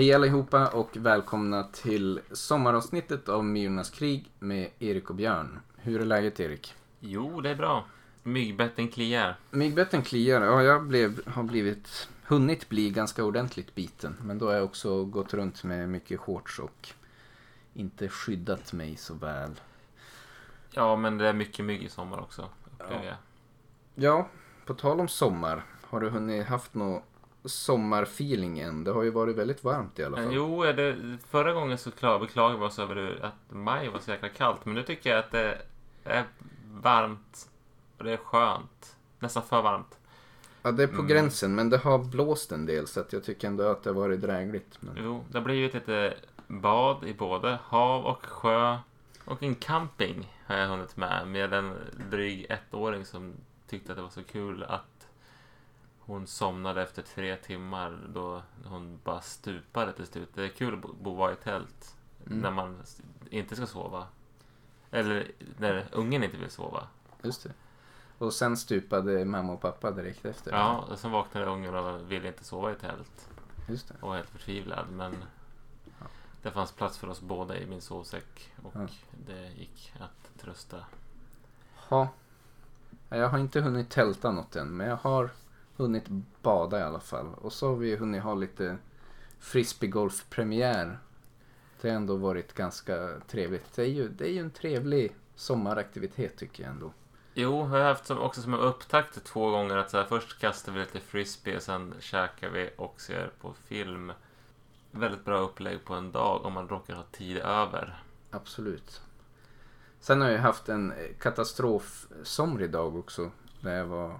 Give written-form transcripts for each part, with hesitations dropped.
Hej allihopa och välkomna till sommaravsnittet av Myrornas krig med Erik och Björn. Hur är läget, Erik? Jo, det är bra. Myggbetten kliar. Myggbetten kliar, ja, jag har hunnit bli ganska ordentligt biten. Men då har jag också gått runt med mycket shorts och inte skyddat mig så väl. Ja, men det är mycket mygg i sommar också, upplever jag. Ja, på tal om sommar. Har du hunnit haft någon sommarfeeling än? Det har ju varit väldigt varmt i alla fall. Jo, förra gången så beklagade vi oss över att maj var så jäkla kallt. Men nu tycker jag att det är varmt och det är skönt. Nästan för varmt. Ja, det är på gränsen, men det har blåst en del så att jag tycker ändå att det har varit drägligt. Men... Jo, det har blivit lite bad i både hav och sjö. Och en camping har jag hunnit med en dryg 1-åring som tyckte att det var så kul att hon somnade efter 3 timmar då hon bara stupade till slut. Det är kul att bo i tält när man inte ska sova. Eller när ungen inte vill sova. Just det. Och sen stupade mamma och pappa direkt efter. Ja, och sen vaknade ungen och ville inte sova i tält. Just det. Och var helt förtvivlad. Men det fanns plats för oss båda i min sovsäck. Och det gick att trösta. Ja. Jag har inte hunnit tälta något än. Men jag har hunnit bada i alla fall. Och så har vi hunnit ha lite frisbeegolfpremiär. Det har ändå varit ganska trevligt. Det är ju en trevlig sommaraktivitet tycker jag ändå. Jo, jag har haft också som en upptakt 2 gånger att så här, först kastar vi lite frisbee och sen käkar vi och ser på film. Väldigt bra upplägg på en dag om man råkar ha tid över. Absolut. Sen har jag haft en katastrofsomrig dag också. Där jag var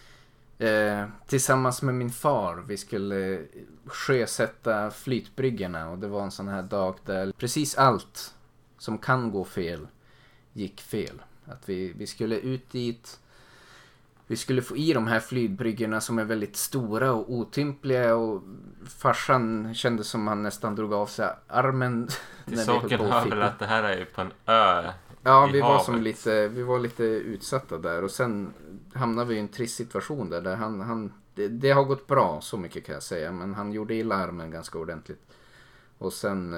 tillsammans med min far. Vi skulle sjösätta flytbryggorna och det var en sån här dag där precis allt som kan gå fel gick fel. Att vi skulle ut dit. Vi skulle få i de här flytbryggorna som är väldigt stora och otympliga och farsan kände som han nästan drog av sig armen. Till saken hör väl att det här är ju på en ö. Ja, vi var lite utsatta där och sen hamnade vi i en trist situation där det har gått bra, så mycket kan jag säga, men han gjorde illa armen ganska ordentligt. Och sen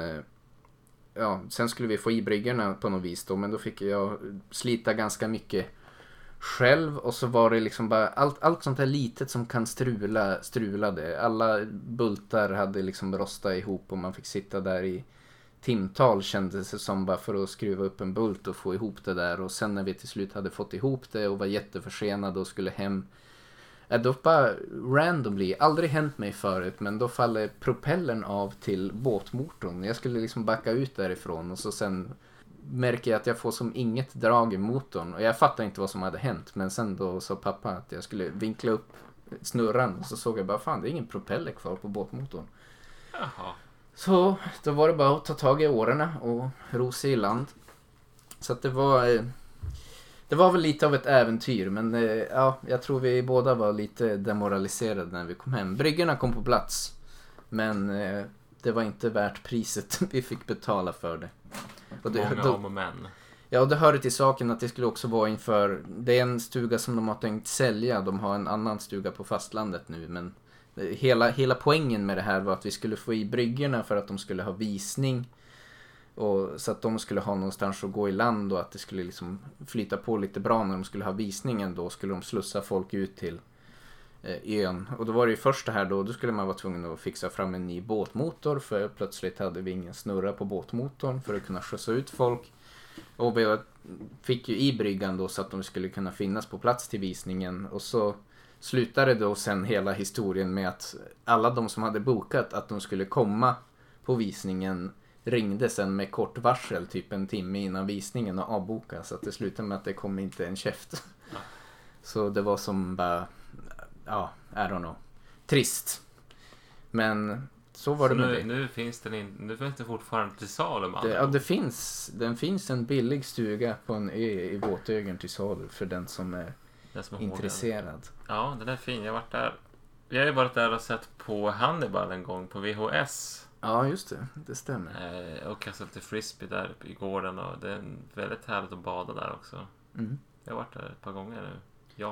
skulle vi få i bryggorna på något vis då, men då fick jag slita ganska mycket själv och så var det liksom bara allt sånt här litet som kan strulade. Alla bultar hade liksom rostat ihop och man fick sitta där i timtal kändes det som bara för att skruva upp en bult och få ihop det där. Och sen när vi till slut hade fått ihop det och var jätteförsenade och skulle hem, då bara randomly, aldrig hänt mig förut, men då faller propellern av till båtmotorn. Jag skulle liksom backa ut därifrån och så sen märker jag att jag får som inget drag i motorn och jag fattar inte vad som hade hänt, men sen då sa pappa att jag skulle vinkla upp snurran och så såg jag bara fan, det är ingen propeller kvar på båtmotorn. Jaha. Så då var det bara att ta tag i årorna och ro sig i land. Så att det var väl lite av ett äventyr, men jag tror vi båda var lite demoraliserade när vi kom hem. Bryggorna kom på plats, men det var inte värt priset vi fick betala för det. Och och det hörde till saken att det skulle också vara inför, det är en stuga som de har tänkt sälja, de har en annan stuga på fastlandet nu, men hela poängen med det här var att vi skulle få i bryggorna för att de skulle ha visning och så att de skulle ha någonstans att gå i land och att det skulle liksom flyta på lite bra när de skulle ha visningen. Då skulle de slussa folk ut till ön. Och då var det ju först det här då skulle man vara tvungen att fixa fram en ny båtmotor, för plötsligt hade vi ingen snurra på båtmotorn för att kunna skjutsa ut folk. Och vi fick ju i bryggan då så att de skulle kunna finnas på plats till visningen. Och så slutade då sen hela historien med att alla de som hade bokat att de skulle komma på visningen ringde sen med kort varsel, typ en timme innan visningen, och avboka. Så att det slutade med att det kom inte en käft. Ja. Så det var som bara, I don't know, trist. Men så var det med det. Nu finns det fortfarande till salu. Den finns en billig stuga på en ö i Våtögern till salu för den som är intresserad. Ja, den är fin. Jag har varit där. Vi har ju varit där och sett på Hannibal en gång på VHS. Ja, just det stämmer. Och kastat lite frisbee där i gården och det är väldigt härligt att bada där också. Jag har varit där ett par gånger nu.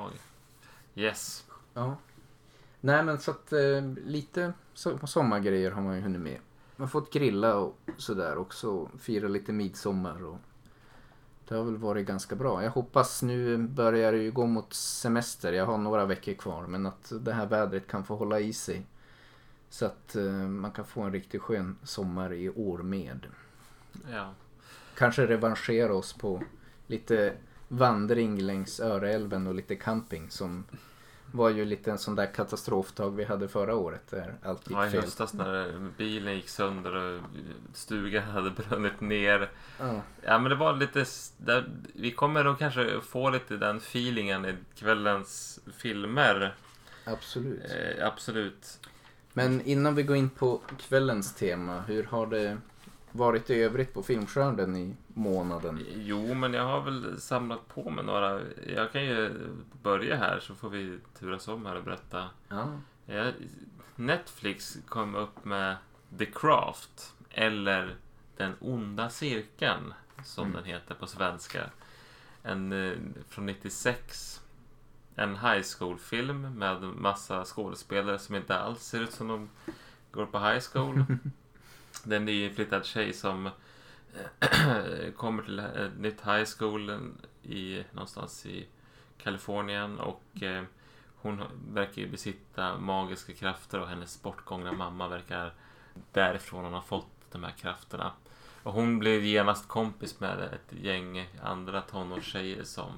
Yes. Ja. Nej, men så att lite sommargrejer har man ju hunnit med. har fått grilla och sådär också. Fira lite midsommar och det har väl varit ganska bra. Jag hoppas nu börjar det ju gå mot semester. Jag har några veckor kvar men att det här vädret kan få hålla i sig. Så att man kan få en riktigt skön sommar i år med. Ja. Kanske revanschera oss på lite vandring längs Öreälven och lite camping som var ju lite en sån där katastroftag vi hade förra året där allt gick fel. I höstas när bilen gick sönder och stugan hade brunnit ner. Ja, men det var lite vi kommer nog kanske få lite den feelingen i kvällens filmer. Absolut. Absolut. Men innan vi går in på kvällens tema, hur har det varit i övrigt på filmskörden i månaden? Jo, men jag har väl samlat på mig några. Jag kan ju börja här så får vi turas om här och berätta. Ja. Netflix kom upp med The Craft, eller Den onda cirkeln som den heter på svenska. Från 96. En high school-film med massa skådespelare som inte alls ser ut som de går på high school. Det är en nyinflyttad tjej som kommer till ett nytt high school någonstans i Kalifornien och hon verkar ju besitta magiska krafter och hennes bortgångna mamma verkar därifrån hon har fått de här krafterna. Och hon blir genast kompis med ett gäng andra tonårstjejer som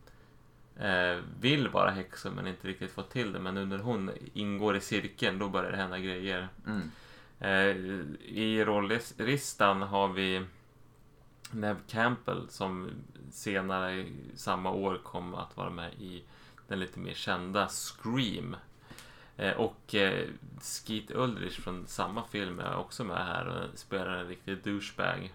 vill vara häxor men inte riktigt få till det. Men nu när hon ingår i cirkeln då börjar det hända grejer. I rolllistan har vi Neve Campbell som senare samma år kom att vara med i den lite mer kända Scream. Och Skeet Ulrich från samma film är också med här och spelar en riktig douchebag.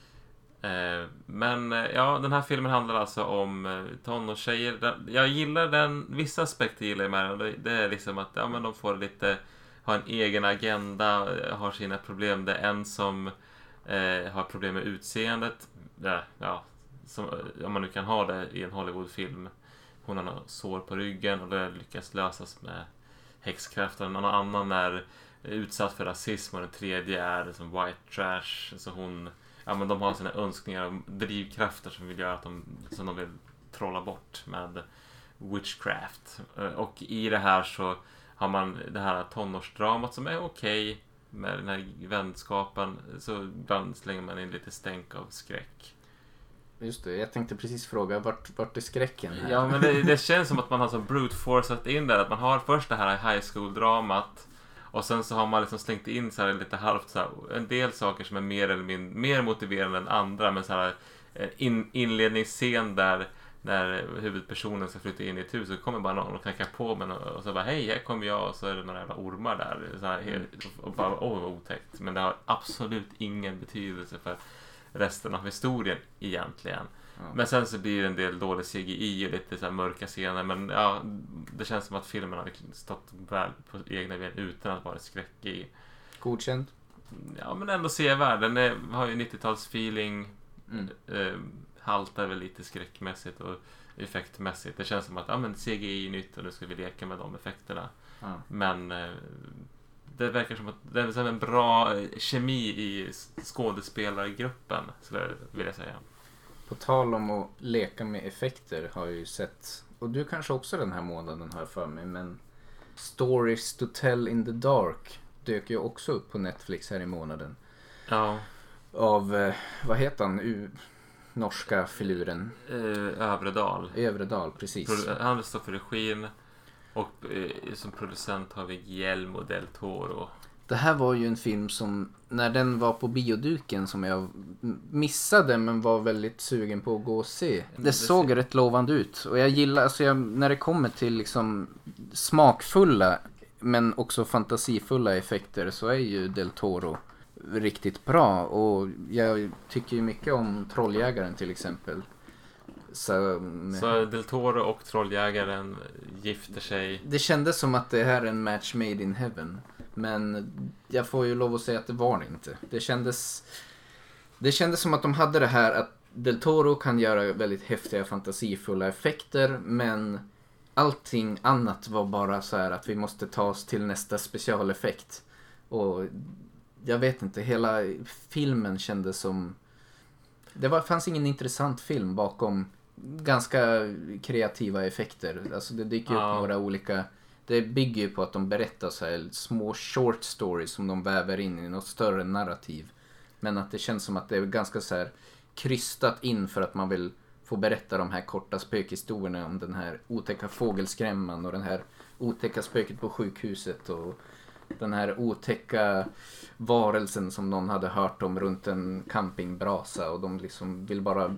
Men ja, den här filmen handlar alltså om tonårstjejer. Jag gillar den, vissa aspekter gillar jag med den. Det är liksom att ja, men de får lite ha en egen agenda, har sina problem. Det är en som har problem med utseendet. Ja, som, om man nu kan ha det i en Hollywoodfilm. Hon har sår på ryggen och det lyckas lösas med häxkraften. Någon annan är utsatt för rasism och den tredje är som white trash. Så hon, ja, men de har sina önskningar och drivkrafter som vill göra att som de vill trolla bort med witchcraft. Och i det här så har man det här tonårsdramat som är okej med den här vänskapen. Så ibland slänger man in lite stänk av skräck. Just det, jag tänkte precis fråga vart är skräcken här? Ja, men det känns som att man har så brute forceat in där. Att man har först det här high school-dramat och sen så har man liksom slängt in så här lite halvt så här, en del saker som är mer eller mindre mer motiverande än andra. Men så här inledningsscen där när huvudpersonen ska flytta in i ett hus så kommer bara någon och knackar på men och så bara hej, här kommer jag och så är det några jävla ormar där så här, och bara vad otäckt. Men det har absolut ingen betydelse för resten av historien egentligen. Ja. Men sen så blir det en del dålig CGI och lite så här mörka scener. Men ja, det känns som att filmen har stått väl på egna ben utan att vara skräck i. Godkänd? Ja, men ändå sevärd. Den har ju 90-talsfeeling. Haltar väl lite skräckmässigt och effektmässigt. Det känns som att ja, men CGI är nytt och nu ska vi leka med de effekterna. Ja. Men det verkar som att det är en bra kemi i skådespelargruppen, skulle jag vilja säga. På tal om att leka med effekter har jag ju sett, och du kanske också den här månaden har för mig, men Stories to Tell in the Dark dök ju också upp på Netflix här i månaden. Ja. Av, vad heter han? Norska filuren. Övredal, precis. Han står för regin. Och som producent har vi Guillermo del Toro. Det här var ju en film som, när den var på bioduken, som jag missade men var väldigt sugen på att gå och se. Det såg rätt lovande ut. Och jag gillar, alltså när det kommer till liksom smakfulla men också fantasifulla effekter så är ju del Toro riktigt bra. Och jag tycker ju mycket om Trolljägaren till exempel. Så del Toro och Trolljägaren gifter sig. Det kändes som att det här är en match made in heaven. Men jag får ju lov att säga att det var det inte. Det kändes som att de hade det här att del Toro kan göra väldigt häftiga fantasifulla effekter. Men allting annat var bara så här att vi måste ta oss till nästa specialeffekt. Och jag vet inte, hela filmen kändes som... fanns ingen intressant film bakom ganska kreativa effekter. Alltså det dyker upp några olika... Det bygger ju på att de berättar så här små short stories som de väver in i något större narrativ. Men att det känns som att det är ganska så här krystat in för att man vill få berätta de här korta spökhistorierna om den här otäcka fågelskrämman och den här otäcka spöket på sjukhuset och den här otäcka varelsen som någon hade hört om runt en campingbrasa och de liksom vill bara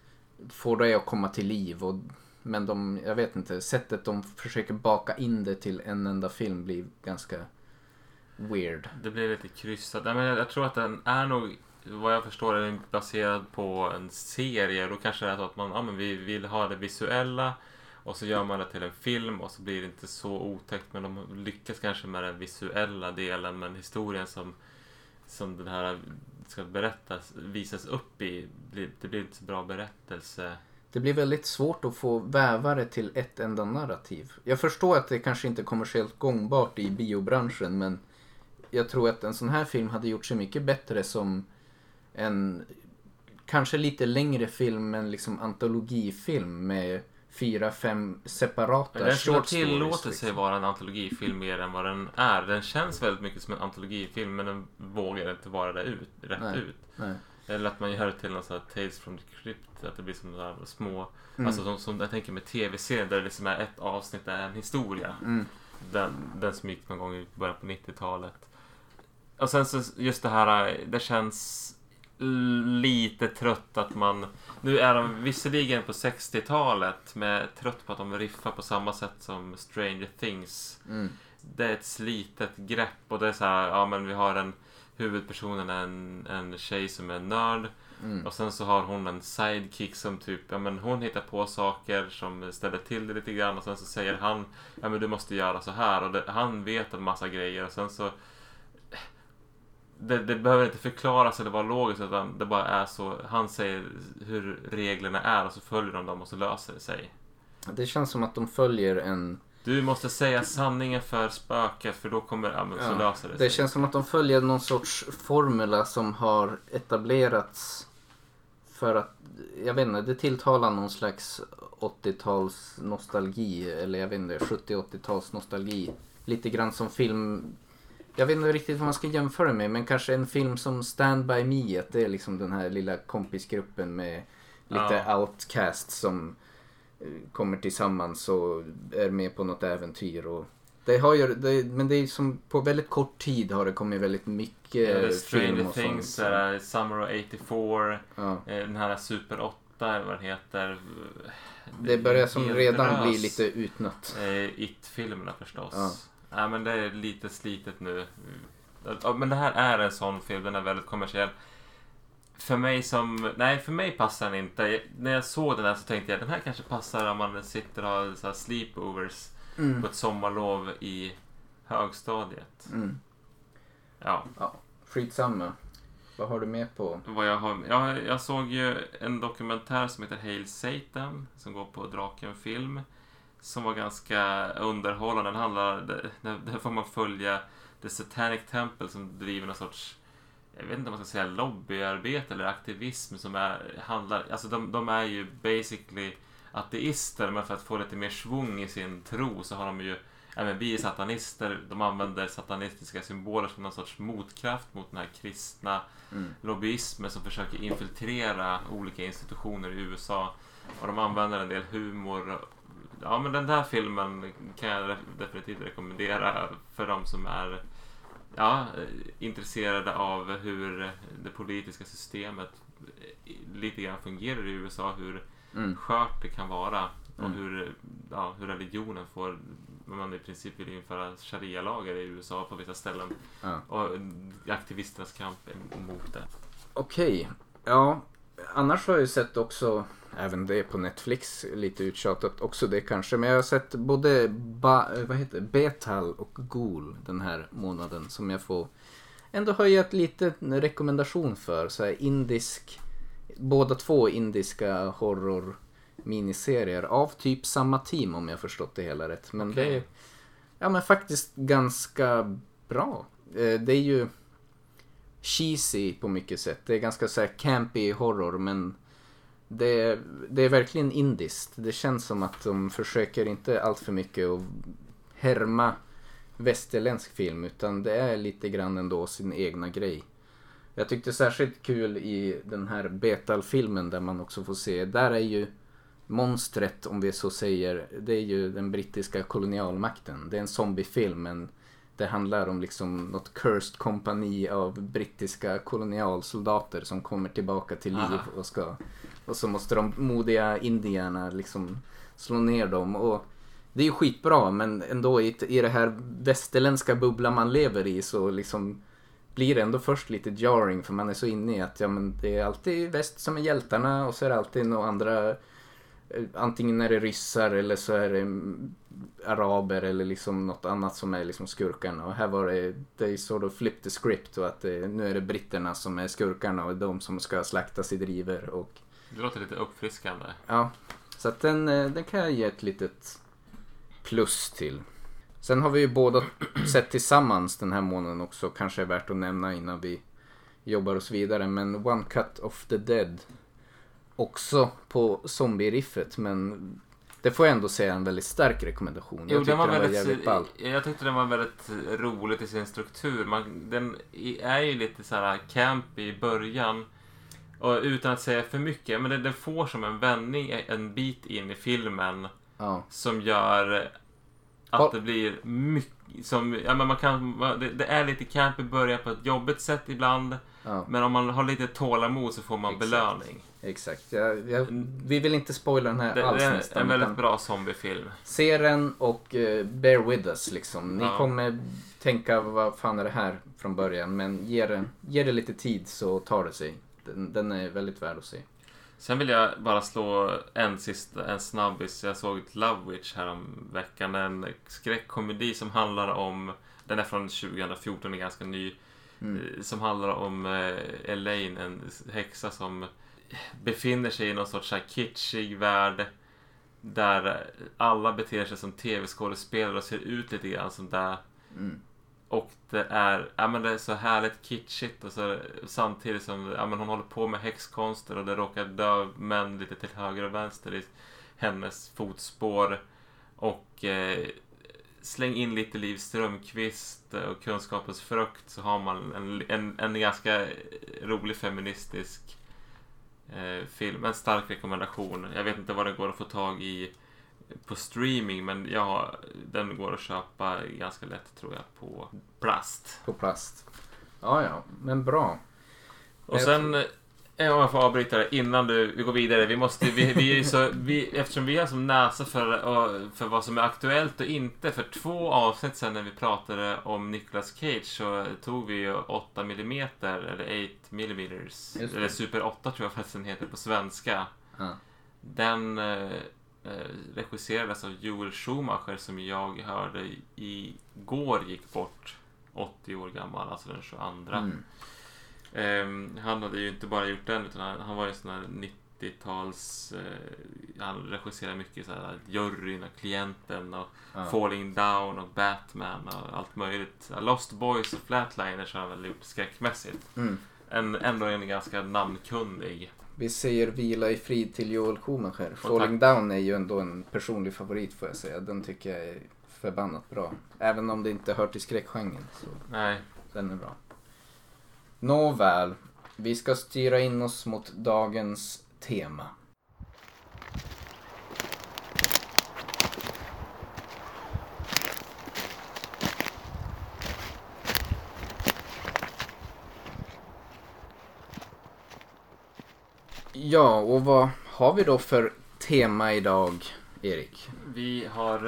få det att komma till liv men jag vet inte, sättet de försöker baka in det till en enda film blir ganska weird. Det blir lite krystat. Men jag tror att den är nog, vad jag förstår, är den baserad på en serie. Då kanske det är så att men vi vill ha det visuella och så gör man det till en film och så blir det inte så otäckt, men de lyckas kanske med den visuella delen, men historien som den här ska berättas, visas upp i, det blir inte så bra berättelse. Det blir väldigt svårt att få väva det till ett enda narrativ. Jag förstår att det kanske inte är kommersiellt gångbart i biobranschen, men jag tror att en sån här film hade gjort sig mycket bättre som en kanske lite längre film, men liksom antologifilm med 4-5 separata den short stories. Tillåter sig vara en antologifilm mer än vad den är. Den känns väldigt mycket som en antologifilm, men den vågar inte vara det rätt ut. Nej. Eller att man gör det till någon sån här Tales from the Crypt, att det blir som där små, alltså som jag tänker med tv-serier där det liksom är ett avsnitt är en historia. Den som gick någon gång i början på 90-talet. Och sen så just det här, det känns lite trött att man, nu är de visserligen på 60-talet med trött på att de riffar på samma sätt som Stranger Things. Det är ett slitet grepp och det är så här, men vi har huvudpersonen är en tjej som är nörd. Och sen så har hon en sidekick som typ, hon hittar på saker som ställer till det lite grann och sen så säger han, men du måste göra så här och han vet en massa grejer och sen så det behöver inte förklaras eller vara logiskt, utan det bara är så, han säger hur reglerna är och så följer de dem och så löser det sig. Det känns som att de följer du måste säga sanningen för spöket för då kommer så löser det sig. Det känns som att de följer någon sorts formula som har etablerats för att, jag vet inte, det tilltalar någon slags 80-tals nostalgi, eller jag vet inte, 70-80-tals nostalgi. Lite grann som film, jag vet inte riktigt vad man ska jämföra med, men kanske en film som Stand By Me, att det är liksom den här lilla kompisgruppen med lite outcast som kommer tillsammans och är med på något äventyr och men det är som på väldigt kort tid har det kommit väldigt mycket film och Things, sånt. Summer of 84, den här Super 8 eller vad den heter. Det börjar som redan bli lite utnött. It-filmerna förstås. Ja. Men det är lite slitet nu. Men det här är en sån film, den är väldigt kommersiell. För mig passar den inte. När jag såg den här så tänkte jag, den här kanske passar om man sitter och har så här sleepovers på ett sommarlov i högstadiet. Ja, skitsamma. Vad har du med på? Jag såg ju en dokumentär som heter Hail Satan som går på Draken film, som var ganska underhållande. Den handlar, där får man följa The Satanic Temple som driver någon sorts, jag vet inte om man ska säga lobbyarbete eller aktivism som handlar, alltså de är ju basically ateister, men för att få lite mer svung i sin tro så har de ju, vi är satanister, de använder satanistiska symboler som någon sorts motkraft mot den här kristna lobbyismen som försöker infiltrera olika institutioner i USA, och de använder en del humor. Ja, men den här filmen kan jag definitivt rekommendera för de som är intresserade av hur det politiska systemet lite grann fungerar i USA, hur skört det kan vara och hur religionen får, man i princip vill införa sharia-lagar i USA på vissa ställen och aktivisternas kamp emot det. Okej. Ja, annars har jag ju sett också, även det på Netflix, lite uttjatat också det kanske, men jag har sett både Betal och Ghoul den här månaden som jag får ändå höja ett litet rekommendation för, så här båda två indiska horror miniserier av typ samma team, om jag förstått det hela rätt, men det är men faktiskt ganska bra. Det är ju cheesy på mycket sätt. Det är ganska så här campy horror, men det är verkligen indiskt. Det känns som att de försöker inte allt för mycket att härma västerländsk film, utan det är lite grann ändå sin egna grej. Jag tyckte särskilt kul i den här Betal-filmen där man också får se, där är ju monstret, om vi så säger, det är ju den brittiska kolonialmakten. Det är en zombiefilm, men det handlar om liksom något cursed kompani av brittiska kolonialsoldater som kommer tillbaka till liv och så måste de modiga indierna liksom slå ner dem. Och det är ju skitbra, men ändå i det här västerländska bubblan man lever i så liksom blir det ändå först lite jarring, för man är så inne i att men det är alltid väst som är hjältarna och så är det alltid några andra, antingen är det ryssar eller så är det araber eller liksom något annat som är liksom skurkarna. Och här var det sort of flip the script, och att nu är det britterna som är skurkarna och de som ska slaktas i driver. Och det låter lite uppfriskande. Ja, så att den kan jag ge ett litet plus till. Sen har vi ju båda sett tillsammans den här månaden också, kanske är värt att nämna innan vi jobbar oss vidare, men One Cut of the Dead, också på zombie-riffet, men det får jag ändå säga en väldigt stark rekommendation. Jag tyckte den var jävligt ball. Jag tyckte den var väldigt rolig i sin struktur. Den är ju lite så här campy i början, och utan att säga för mycket, men den får som en vändning en bit in i filmen som gör att det blir mycket som, men man kan, det är lite camp i början på ett jobbigt sätt ibland, men om man har lite tålamod så får man belöning. Exakt. Vi vill inte spoila den här alls nästan. Det är en väldigt bra zombiefilm. Se den och bear with us liksom. Ni kommer tänka, vad fan är det här från början, men ge det lite tid så tar det sig. Den är väldigt värd att se. Sen vill jag bara slå en snabbis. Jag såg Love Witch här om veckan. En skräckkomedi som handlar om, den är från 2014, är ganska ny. Som handlar om Elaine, en häxa som befinner sig i någon sorts här kitschig värld där alla beter sig som tv-skådespelare och ser ut lite grann som där. Och det är så härligt kitschigt, och så samtidigt som hon håller på med häxkonster och det råkar dö män lite till höger och vänster i hennes fotspår. Och släng in lite Liv Strömquist och Kunskapens frukt, så har man en ganska rolig feministisk film. En stark rekommendation. Jag vet inte vad det går att få tag i på streaming, men den går att köpa ganska lätt, tror jag, på Plast. Ja, men bra. Och sen, om jag får avbryta det innan vi går vidare, eftersom vi har som näsa för vad som är aktuellt och inte, för 2 avsnitt sen när vi pratade om Nicolas Cage så tog vi 8mm eller 8mm eller Super 8 tror jag faktiskt den heter på svenska. Den regisserades av Joel Schumacher, som jag hörde igår gick bort, 80 år gammal, alltså den 22. Han hade ju inte bara gjort den, utan han var ju en sån här 90-tals han regisserade mycket så här Juryn och Klienten och Falling Down och Batman och allt möjligt. Lost Boys och Flatliners har han väl gjort skräckmässigt. Ändå en ganska namnkunnig. Vi säger vila i frid till Joel Schumacher. Falling Down är ju ändå en personlig favorit, får jag säga. Den tycker jag är förbannat bra. Även om det inte hör till skräckgenren. Nej. Den är bra. Nåväl, vi ska styra in oss mot dagens tema. Ja, och vad har vi då för tema idag, Erik? Vi har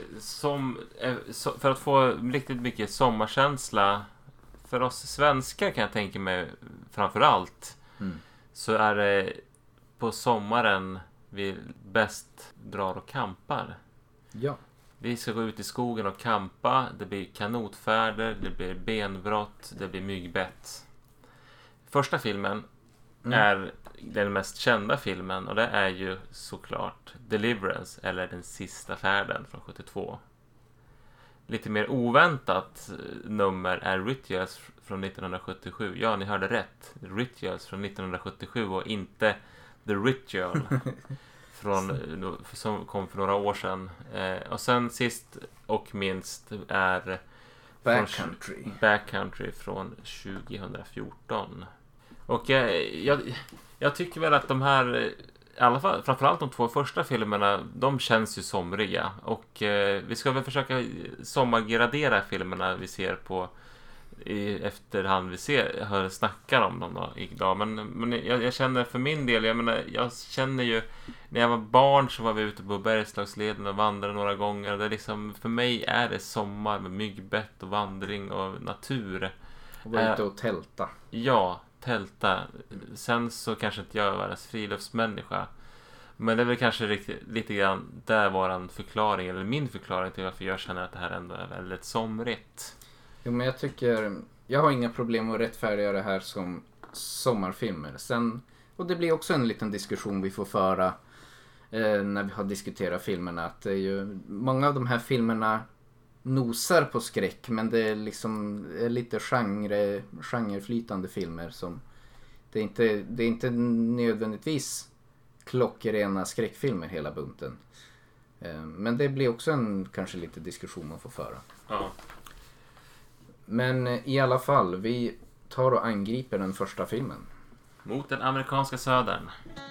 för att få riktigt mycket sommarkänsla för oss svenskar, kan jag tänka mig framförallt, så är det på sommaren vi bäst drar och campar. Ja. Vi ska gå ut i skogen och campa. Det blir kanotfärder, det blir benbrott, det blir myggbett. Första filmen är den mest kända filmen, och det är ju såklart Deliverance, eller Den sista färden från 72. lite mer oväntat nummer är Rituals från 1977. Ja, ni hörde rätt. Rituals från 1977 och inte The Ritual som kom för några år sedan. Och sen sist och minst är Backcountry från 2014. Och jag tycker väl att de här, i alla fall, framförallt de 2 första filmerna, de känns ju somriga. Och vi ska väl försöka sommargradera filmerna vi ser på i efterhand hör snackar om dem då idag. Men jag känner för min del, jag känner ju när jag var barn så var vi ute på Bergslagsleden och vandrade några gånger. Det liksom, för mig är det sommar med myggbett och vandring och natur. Och vara ute och tälta. Ja, tälta. Sen så kanske inte jag är världens friluftsmänniska. Men det är väl kanske lite grann där våran förklaring, eller min förklaring till varför jag känner att det här ändå är väldigt somrigt. Jo, men jag har inga problem att rättfärdiga det här som sommarfilmer. Och det blir också en liten diskussion vi får föra när vi har diskuterat filmerna. Att det är ju, många av de här filmerna nosar på skräck, men det är liksom lite genreflytande filmer som det är inte nödvändigtvis klockrena skräckfilmer hela bunten. Men det blir också kanske lite diskussion man får föra. Ja. Men i alla fall, vi tar och angriper den första filmen. Mot den amerikanska södern.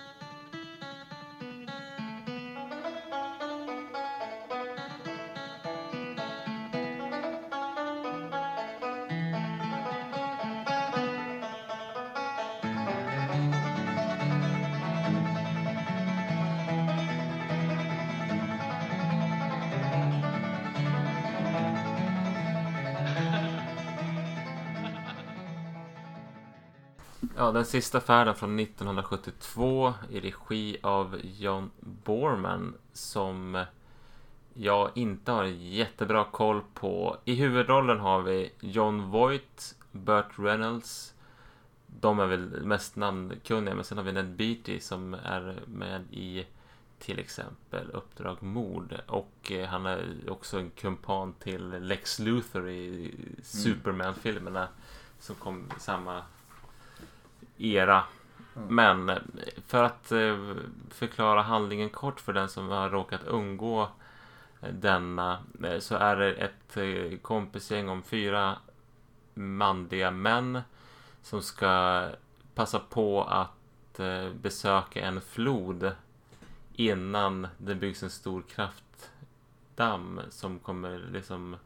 Ja, den sista färden från 1972 i regi av John Boorman, som jag inte har jättebra koll på. I huvudrollen har vi Jon Voight, Burt Reynolds. De är väl mest namnkunniga, men sen har vi Ned Beatty som är med i till exempel Uppdrag mord. Och han är också en kumpan till Lex Luthor i Superman-filmerna som kom i samma era. Men för att förklara handlingen kort för den som har råkat undgå denna, så är det ett kompisgäng om 4 manliga män som ska passa på att besöka en flod innan det byggs en stor kraftdamm som kommer liksom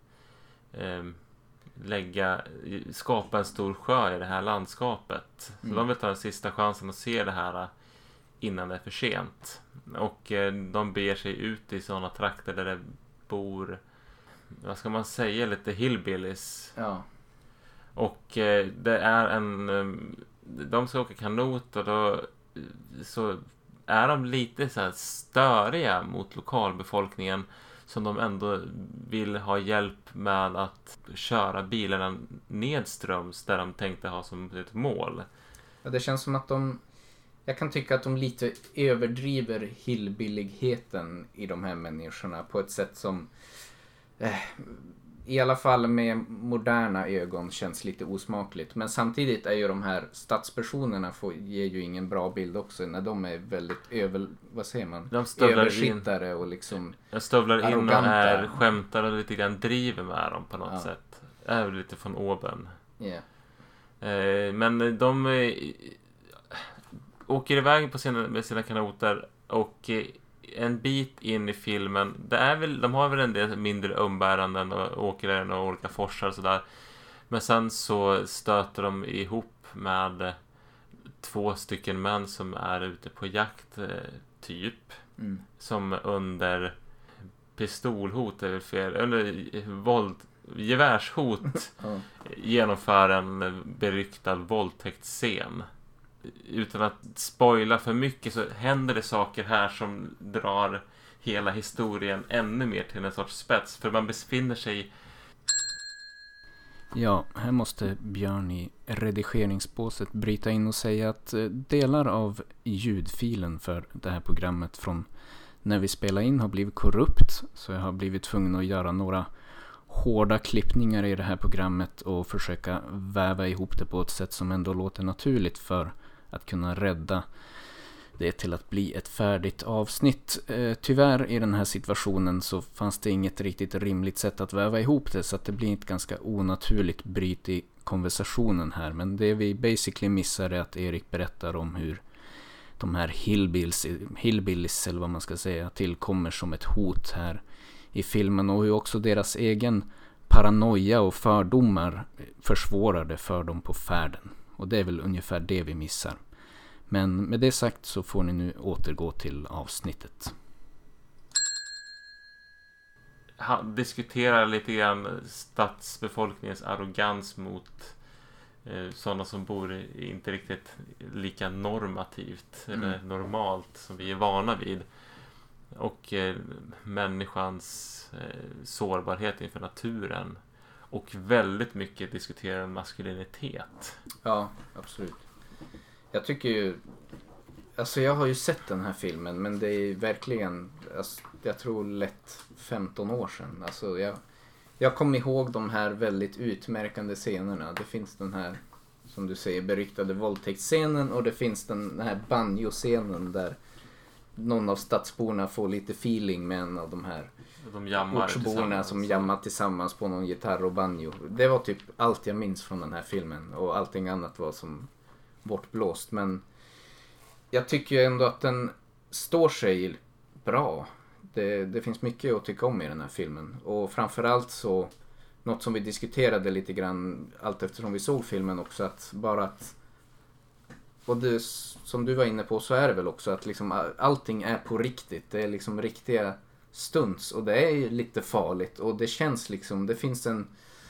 skapa en stor sjö i det här landskapet. Så de vill ta den sista chansen att se det här innan det är för sent. Och de beger sig ut i sådana trakter där det bor, vad ska man säga, lite hillbillies. Ja. Och det är de ska åka kanot, och då så är de lite så här störiga mot lokalbefolkningen, som de ändå vill ha hjälp med att köra bilarna nedströms där de tänkte ha som ett mål. Ja, det känns som att jag kan tycka att de lite överdriver hillbilligheten i de här människorna på ett sätt som i alla fall med moderna ögon känns lite osmakligt. Men samtidigt är ju de här stadspersonerna ger ju ingen bra bild också när de är väldigt översittare och liksom stövlar in och är skämtar och lite grann driver med dem på något sätt. Är lite från oben. Yeah. Men de åker iväg med sina kanoter, och en bit in i filmen, de har väl en del mindre umbäranden och åker där några olika forsar och sådär. Men sen så stöter de ihop med 2 stycken män som är ute på jakt typ. Som under pistolhot är väl fel, under gevärshot genomför en beryktad våldtäktsscen. Utan att spoila för mycket så händer det saker här som drar hela historien ännu mer till en sorts spets. För man befinner sig... Ja, här måste Björn i redigeringsbåset bryta in och säga att delar av ljudfilen för det här programmet från när vi spelar in har blivit korrupt. Så jag har blivit tvungen att göra några hårda klippningar i det här programmet och försöka väva ihop det på ett sätt som ändå låter naturligt för att kunna rädda det till att bli ett färdigt avsnitt. Tyvärr i den här situationen så fanns det inget riktigt rimligt sätt att väva ihop det, så att det blir ett ganska onaturligt bryt i konversationen här. Men det vi basically missar är att Erik berättar om hur de här hillbillies eller vad man ska säga tillkommer som ett hot här i filmen, och hur också deras egen paranoia och fördomar försvårar det för dem på färden. Och det är väl ungefär det vi missar. Men med det sagt så får ni nu återgå till avsnittet. Han diskuterar lite grann stadsbefolkningens arrogans mot sådana som bor inte riktigt lika normativt eller normalt som vi är vana vid. Och människans sårbarhet inför naturen. Och väldigt mycket diskuterar maskulinitet. Ja, absolut. Jag tycker ju... Alltså jag har ju sett den här filmen, men det är verkligen... Alltså, jag tror lätt 15 år sedan. Alltså jag kommer ihåg de här väldigt utmärkande scenerna. Det finns den här, som du säger, beryktade våldtäktsscenen, och det finns den här banjo-scenen där någon av stadsborna får lite feeling med en av de här ortsborna som jammar tillsammans på någon gitarr och banjo. Det var typ allt jag minns från den här filmen, och allting annat var som bortblåst. Men jag tycker ju ändå att den står sig bra. Det finns mycket att tycka om i den här filmen, och framförallt så något som vi diskuterade lite grann allt eftersom vi såg filmen också, att bara att, och det som du var inne på, så är det väl också att liksom allting är på riktigt. Det är liksom riktiga stunts, och det är lite farligt, och det känns liksom, det finns en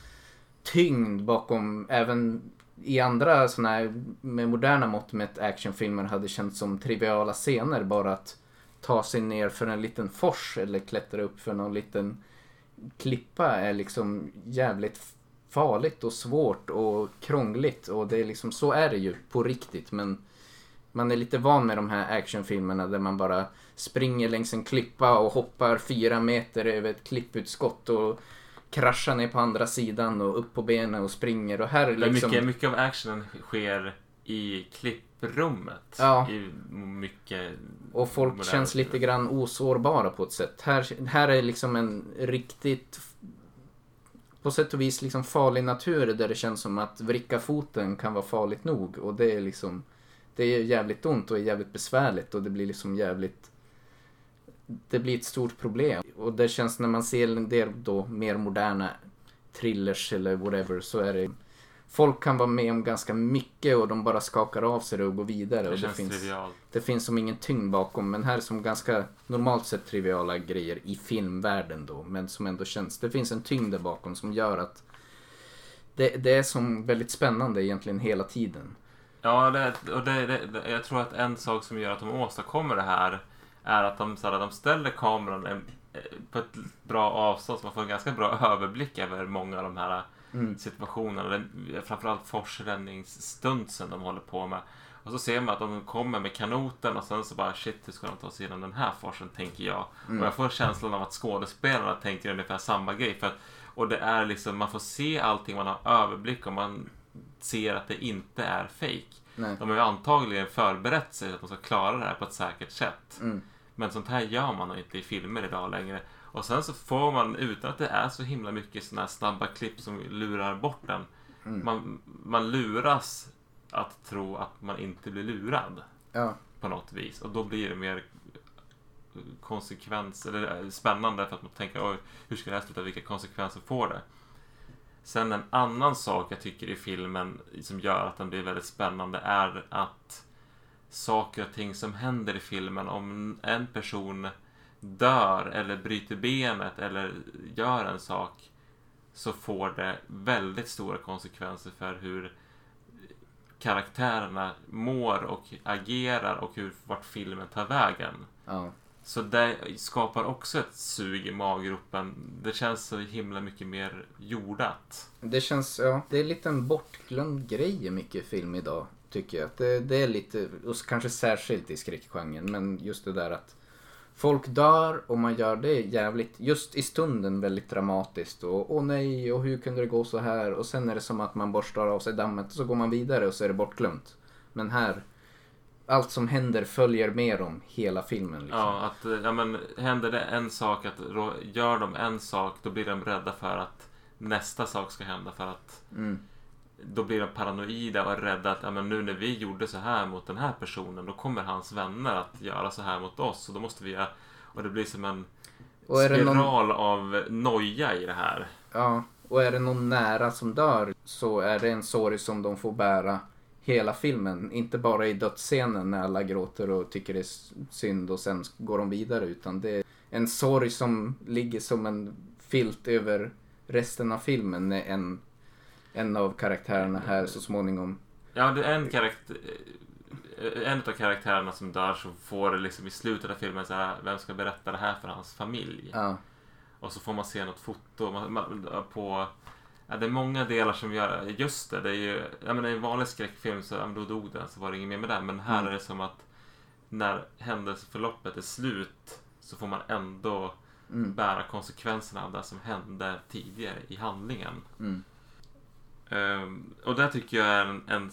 tyngd bakom. Även i andra såna här med moderna mått med actionfilmer hade känts som triviala scener, bara att ta sig ner för en liten fors eller klättra upp för någon liten klippa är liksom jävligt farligt och svårt och krångligt, och det är liksom, så är det ju på riktigt. Men man är lite van med de här actionfilmerna där man bara springer längs en klippa och hoppar 4 meter över ett klipputskott och kraschar ner på andra sidan och upp på benen och springer. Och här är liksom... mycket av actionen sker i klipprummet. Ja. I mycket... Och folk känns lite grann osårbara på ett sätt. Här är liksom en riktigt, på sätt och vis liksom farlig natur, där det känns som att vricka foten kan vara farligt nog. Och det är liksom, det är jävligt ont och är jävligt besvärligt, och det blir liksom jävligt, det blir ett stort problem. Och det känns, när man ser en del då mer moderna thrillers eller whatever, så är det, folk kan vara med om ganska mycket och de bara skakar av sig och går vidare. Det och känns trivialt. Det finns som ingen tyngd bakom, men här är som ganska normalt sett triviala grejer i filmvärlden då, men som ändå känns, det finns en tyngd där bakom som gör att det är som väldigt spännande egentligen hela tiden. Ja, jag tror att en sak som gör att de åstadkommer det här är att de ställer kameran på ett bra avstånd, så man får en ganska bra överblick över många av de här situationerna. Framförallt forsränningsstuntsen de håller på med. Och så ser man att de kommer med kanoten, och sen så bara shit, hur ska de ta sig igenom den här forsen, tänker jag. Och jag får känslan av att skådespelarna tänker ungefär samma grej. Och det är liksom, man får se allting, man har överblick, och man ser att det inte är fake. Nej. De har ju antagligen förberett sig att de ska klara det här på ett säkert sätt. Men sånt här gör man nog inte i filmer idag längre. Och sen så får man, utan att det är så himla mycket såna här snabba klipp som lurar bort den. Man luras att tro att man inte blir lurad. Ja. På något vis. Och då blir det mer konsekvens, eller spännande, för att man tänker, oj, hur ska det här sluta, vilka konsekvenser får det? Sen en annan sak jag tycker i filmen som gör att den blir väldigt spännande är att saker och ting som händer i filmen, om en person dör eller bryter benet eller gör en sak, så får det väldigt stora konsekvenser för hur karaktärerna mår och agerar och vart filmen tar vägen. Ja. Så det skapar också ett sug i maggropen. Det känns så himla mycket mer jordat. Det känns, ja, det är lite en bortglömd grej i mycket film idag, tycker jag. Det är lite, och kanske särskilt i skräckgenren, men just det där att folk dör och man gör det jävligt, just i stunden väldigt dramatiskt. Och åh nej, och hur kunde det gå så här? Och sen är det som att man borstar av sig dammet och så går man vidare och så är det bortglömt. Men här, allt som händer följer med om hela filmen. Liksom. Ja, men händer det en sak, gör de en sak, då blir de rädda för att nästa sak ska hända, för att då blir de paranoida och rädda att men nu när vi gjorde så här mot den här personen, då kommer hans vänner att göra så här mot oss, och då måste vi göra, och det blir som en spiral av noja i det här. Ja, och är det någon nära som dör så är det en sorg som de får bära hela filmen, inte bara i dödsscenen när alla gråter och tycker det är synd och sen går de vidare, utan det är en sorg som ligger som en filt över resten av filmen när en av karaktärerna här så småningom. Ja, det är en av karaktärerna som dör, så får det liksom i slutet av filmen så här, vem ska berätta det här för hans familj? Ja. Och så får man se något foto på. Ja, det är många delar som gör just det. Det är ju, jag menar, i en vanlig skräckfilm så då dog den, så var det inget mer med det. Men här är det som att när händelseförloppet är slut så får man ändå bära konsekvenserna av det som hände tidigare i handlingen. Och det tycker jag är en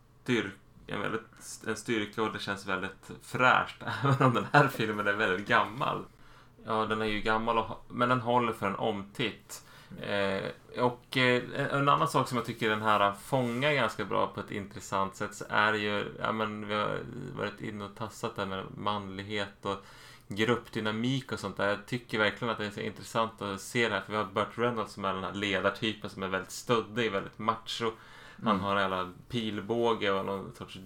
styrka, och det känns väldigt fräscht även om den här filmen är väldigt gammal. Ja, den är ju gammal, men den håller för en omtitt. Och en annan sak som jag tycker den här fångar ganska bra på ett intressant sätt, så är ju, vi har varit inne och tassat där med manlighet och gruppdynamik och sånt där. Jag tycker verkligen att det är så intressant att se det här, för vi har Burt Reynolds som är den här ledartypen som är väldigt stöddig, väldigt macho. Han har en jävla pilbåge och någon sorts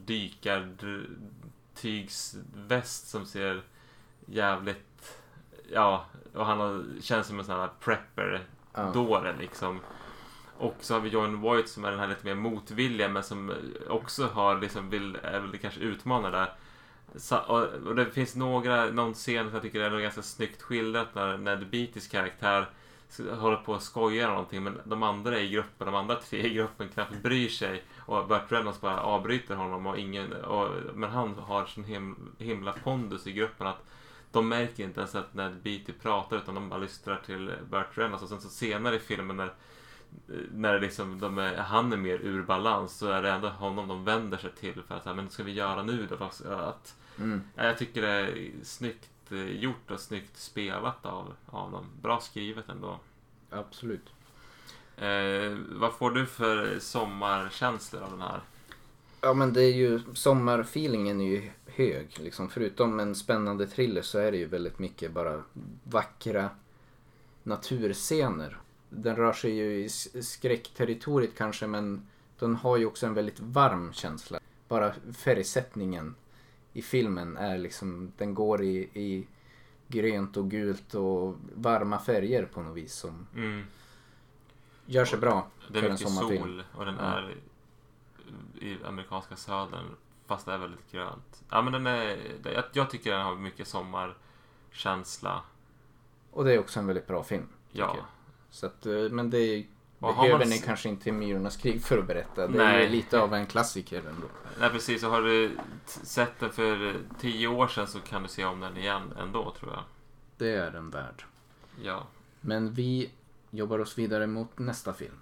dykartygsväst som ser jävligt, ja, och han känns som en sån här prepper-dåre liksom. Och så har vi Jon Voight som är den här lite mer motvilliga, men som också har liksom är väl kanske utmanar där. Och det finns någon scen som jag tycker är ganska snyggt skildrat när Ned Beattys karaktär håller på att skoja någonting, men de andra i gruppen, de andra 3 i gruppen knappt bryr sig, och Burt Reynolds bara avbryter honom, men han har sån himla pondus i gruppen att de märker inte ens att Ned Beatty pratar, utan de bara lyssnar till Burt Reynolds. Och sen så senare i filmen när liksom han är mer ur balans, så är det ändå honom de vänder sig till för att, men ska vi göra nu då? Jag tycker det är snyggt gjort och snyggt spelat av dem. Bra skrivet ändå. Absolut. Vad får du för sommarkänslor av den här? Ja, men det är ju, sommarfeelingen är ju hög liksom. Förutom en spännande thriller så är det ju väldigt mycket bara vackra naturscener. Den rör sig ju i skräckterritoriet kanske, men den har ju också en väldigt varm känsla. Bara färgsättningen i filmen är liksom, den går i grönt och gult och varma färger på något vis som gör sig bra för en sommarfilm. Det är mycket sol och den är i amerikanska södern, fast det är väldigt grönt. Ja, men jag tycker den har mycket sommarkänsla. Och det är också en väldigt bra film. Ja. Så att, men det behöver ni kanske inte Myrornas krig för att berätta. Det är lite av en klassiker ändå. Nej, precis. Så har du sett den för 10 år sedan så kan du se om den igen ändå, tror jag. Det är den värd. Ja. Men vi jobbar oss vidare mot nästa film.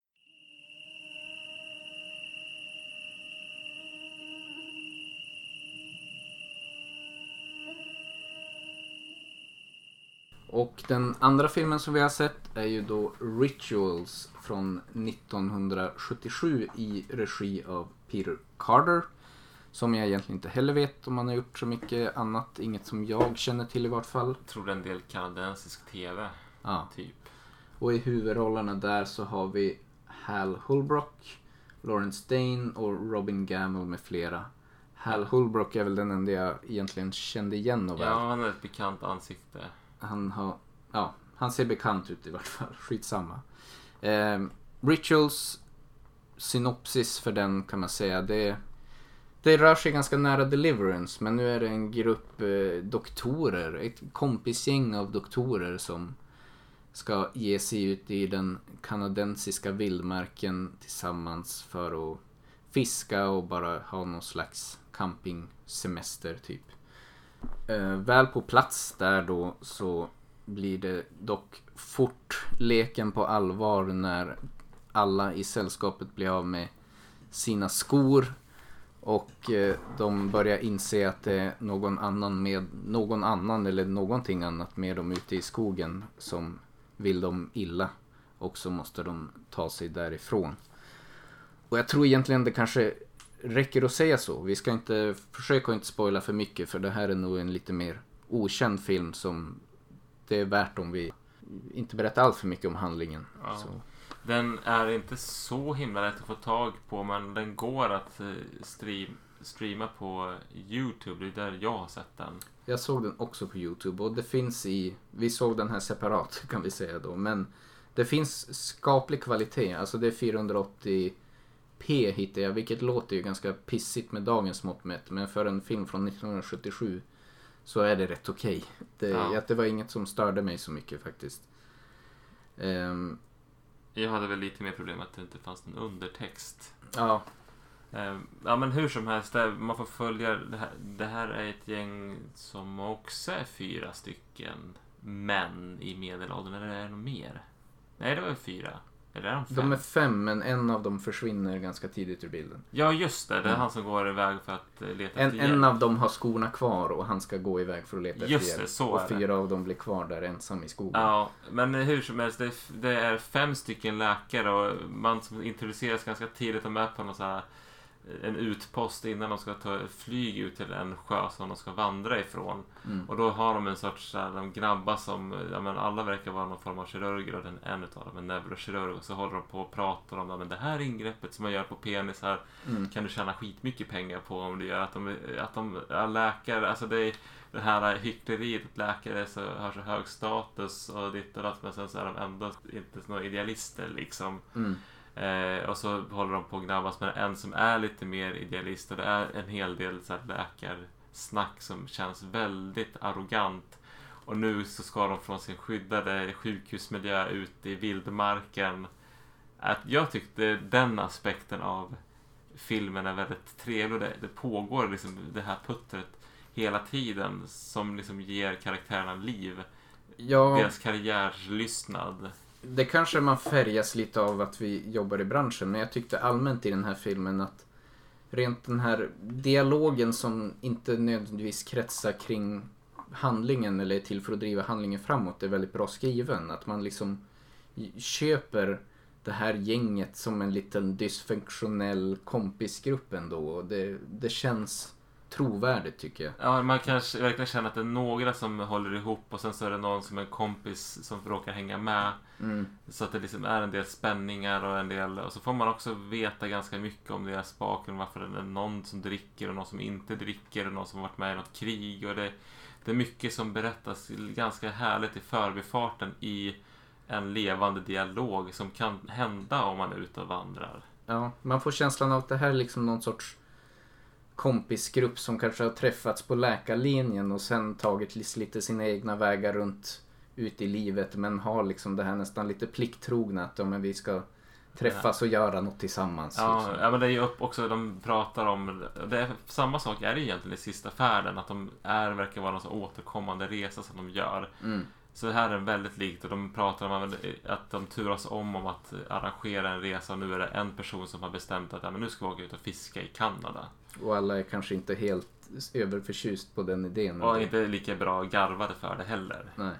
Och den andra filmen som vi har sett är ju då Rituals från 1977 i regi av Peter Carter. Som jag egentligen inte heller vet om han har gjort så mycket annat. Inget som jag känner till i vart fall. Jag tror det är en del kanadensisk tv. Ja. Typ. Och i huvudrollerna där så har vi Hal Holbrook, Lawrence Dane och Robin Gamble med flera. Hal Holbrook är väl den enda jag egentligen kände igen och väl. Ja, han har ett bekant ansikte. Han ser bekant ut i vart fall. Skitsamma. Rituals synopsis för den kan man säga. Det rör sig ganska nära Deliverance, men nu är det en grupp doktorer, ett kompisgäng av doktorer som ska ge sig ut i den kanadensiska vildmarken tillsammans för att fiska och bara ha någon slags campingsemester typ. Väl på plats där då så blir det dock fort leken på allvar när alla i sällskapet blir av med sina skor och de börjar inse att det är någon annan eller någonting annat med dem ute i skogen som vill dem illa, och så måste de ta sig därifrån. Och jag tror egentligen det kanske räcker att säga så. Vi ska inte försöka inte spoila för mycket, för det här är nog en lite mer okänd film som det är värt om vi inte berättar allt för mycket om handlingen. Ja. Så. Den är inte så himla lätt att få tag på, men den går att streama på YouTube. Det är där jag har sett den. Jag såg den också på YouTube, och det finns vi såg den här separat kan vi säga då, men det finns skaplig kvalitet. Alltså det är 480p hittar jag, vilket låter ju ganska pissigt med dagens mått mätt, men för en film från 1977 så är det rätt okej. Det var inget som störde mig så mycket faktiskt. Jag hade väl lite mer problem att det inte fanns någon undertext. Ja. Ja, men hur som helst, man får följa det här är ett gäng som också är 4 stycken män i medelåldern, eller är det något mer? Nej, det var 4. Eller är de 5? De är 5, men en av dem försvinner ganska tidigt ur bilden. Ja, just det. Det är han som går iväg för att leta efter hjälp. En av dem har skorna kvar och han ska gå iväg för att leta just efter hjälp. Så och 4 av dem blir kvar där ensam i skogen. Ja, men hur som helst, det är 5 stycken läkare och man som introduceras ganska tidigt och med på någon så här, en utpost innan de ska ta flyg ut till en sjö som de ska vandra ifrån. Och då har de en sorts de grabbar som, alla verkar vara någon form av kirurger, och en utav dem är neurokirurg, och så håller de på och pratar om men det här ingreppet som man gör på penis här kan du tjäna skitmycket pengar på om du gör att de är läkare. Alltså det här hyckleriet att läkare har så hög status och ditt och datt, men sen så är de ändå inte några idealister liksom. Och så håller de på att gnabbas med en som är lite mer idealist, och det är en hel del så här läkarsnack som känns väldigt arrogant. Och nu så ska de från sin skyddade sjukhusmiljö ut i vildmarken. Jag tyckte den aspekten av filmen är väldigt trevlig. Det pågår liksom det här puttret hela tiden som liksom ger karaktärerna liv. Ja. Deras karriärslystnad. Det kanske man färgas lite av att vi jobbar i branschen, men jag tyckte allmänt i den här filmen att rent den här dialogen som inte nödvändigtvis kretsar kring handlingen eller är till för att driva handlingen framåt är väldigt bra skriven. Att man liksom köper det här gänget som en liten dysfunktionell kompisgrupp ändå. Det känns trovärdigt tycker jag. Ja, man kan verkligen känna att det är några som håller ihop, och sen så är det någon som är en kompis som råkar hänga med. Så att det liksom är en del spänningar och så får man också veta ganska mycket om deras bakgrund, varför det är någon som dricker och någon som inte dricker och någon som har varit med i något krig, och det är mycket som berättas ganska härligt i förbifarten i en levande dialog som kan hända om man är ute och vandrar. Ja, man får känslan av att det här är liksom någon sorts kompisgrupp som kanske har träffats på läkarlinjen och sen tagit lite sina egna vägar runt ut i livet, men har liksom det här nästan lite plikttrogna att men vi ska träffas och göra något tillsammans. Ja, liksom. Ja, men det är ju också de pratar om det är, samma sak är det egentligen i sista färden, att de verkar vara en så återkommande resa som de gör. Så det här är väldigt likt, och de pratar om att de turas om att arrangera en resa, och nu är det en person som har bestämt att men nu ska vi åka ut och fiska i Kanada. Och alla är kanske inte helt överförtjust på den idén. Och inte lika bra garvade för det heller. Nej.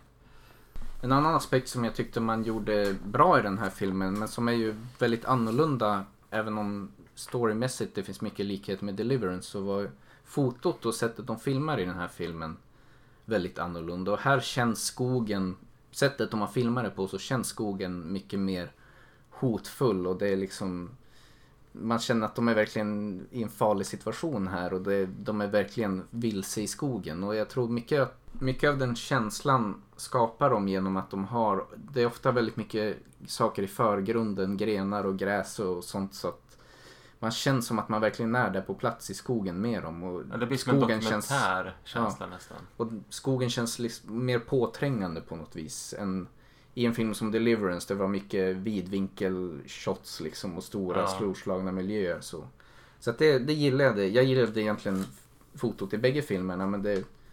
En annan aspekt som jag tyckte man gjorde bra i den här filmen, men som är ju väldigt annorlunda, även om storymässigt det finns mycket likhet med Deliverance, så var fotot och sättet de filmar i den här filmen väldigt annorlunda. Och här känns skogen, sättet de har filmat det på, så känns skogen mycket mer hotfull, och det är liksom, man känner att de är verkligen i en farlig situation här, och de är verkligen vilse i skogen. Och jag tror mycket av den känslan skapar de genom att det är ofta väldigt mycket saker i förgrunden, grenar och gräs och sånt, så att man känner som att man verkligen är där på plats i skogen med dem. Och ja, det blir som en dokumentär känsla nästan. Och skogen känns liksom mer påträngande på något vis än i en film som Deliverance. Det var mycket vidvinkel shots liksom, och stora storslagna miljöer. Så att det gillade jag. Jag gillade egentligen fotot i bägge filmerna, men det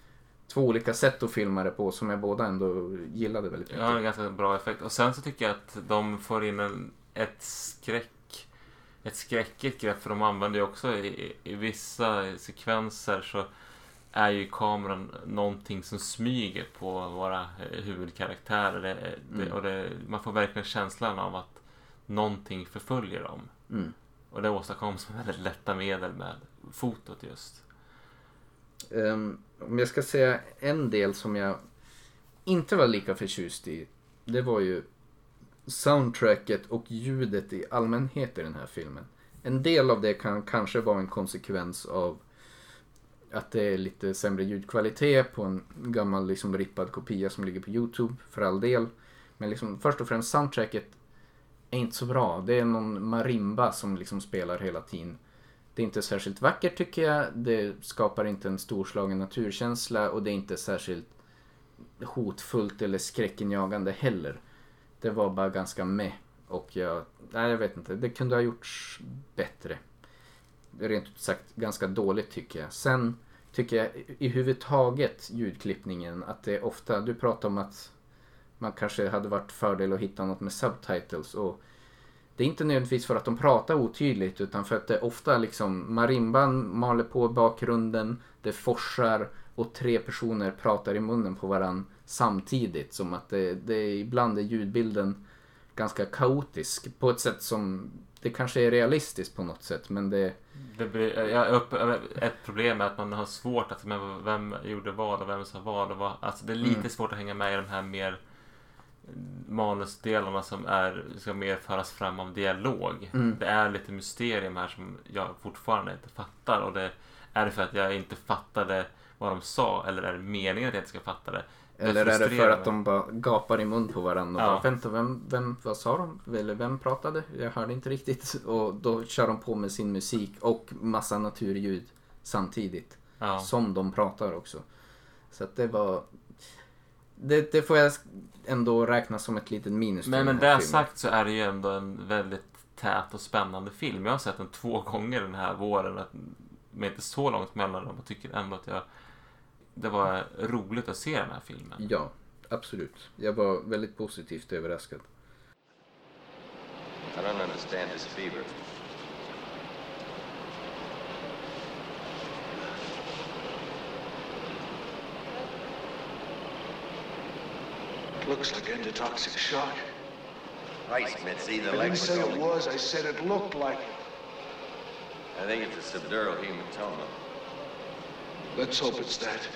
två olika sätt att filma det på som jag båda ändå gillade väldigt mycket. Ja, en ganska bra effekt. Och sen så tycker jag att de får in ett skräckigt grepp, för de använder ju också i vissa sekvenser så är ju kameran någonting som smyger på våra huvudkaraktärer. Och man får verkligen känslan av att någonting förföljer dem. Och det åstadkoms med väldigt lätta medel med fotot just. Om jag ska säga en del som jag inte var lika förtjust i, det var ju soundtracket och ljudet i allmänhet i den här filmen. En del av det kan kanske vara en konsekvens av att det är lite sämre ljudkvalitet på en gammal liksom rippad kopia som ligger på YouTube, för all del. Men liksom, först och främst soundtracket är inte så bra. Det är någon marimba som liksom spelar hela tiden. Det är inte särskilt vackert tycker jag. Det skapar inte en storslagen naturkänsla och det är inte särskilt hotfullt eller skräckinjagande heller. Det var bara ganska med. Och jag vet inte. Det kunde ha gjorts bättre. Rent ut sagt ganska dåligt tycker jag. Sen tycker jag i huvudtaget ljudklippningen att det är ofta, du pratar om att man kanske hade varit fördel att hitta något med subtitles, och det är inte nödvändigtvis för att de pratar otydligt utan för att det ofta liksom marimban maler på bakgrunden, det forsar och 3 personer pratar i munnen på varann samtidigt, som att det ibland är ljudbilden ganska kaotisk på ett sätt som det kanske är realistiskt på något sätt, men ett problem är att man har svårt att vem gjorde vad och vem sa vad. Alltså det är lite svårt att hänga med i de här mer manusdelarna som ska mer föras fram av dialog. Det är lite mysterium här som jag fortfarande inte fattar, och det är för att jag inte fattade vad de sa, eller är det meningen att jag inte ska fatta det? Eller är det för att de bara gapar i mun på varandra och bara, vänta, vad sa de? Eller vem pratade? Jag hörde inte riktigt. Och då kör de på med sin musik och massa naturljud samtidigt. Som de pratar också. Så att det var... Det får jag ändå räkna som ett litet minus. Men det sagt så är det ju ändå en väldigt tät och spännande film. Jag har sett den 2 gånger den här våren. Med inte så långt mellan dem, och tycker ändå att det var roligt att se den här filmen. Ja, absolut. Jag var väldigt positivt överraskad. I don't understand his fever. Looks like endotoxic shock. Right, Mitzi, the I didn't legs say are it going. was, I said it looked like it. I think it's a subdural hematoma. Let's hope it's that.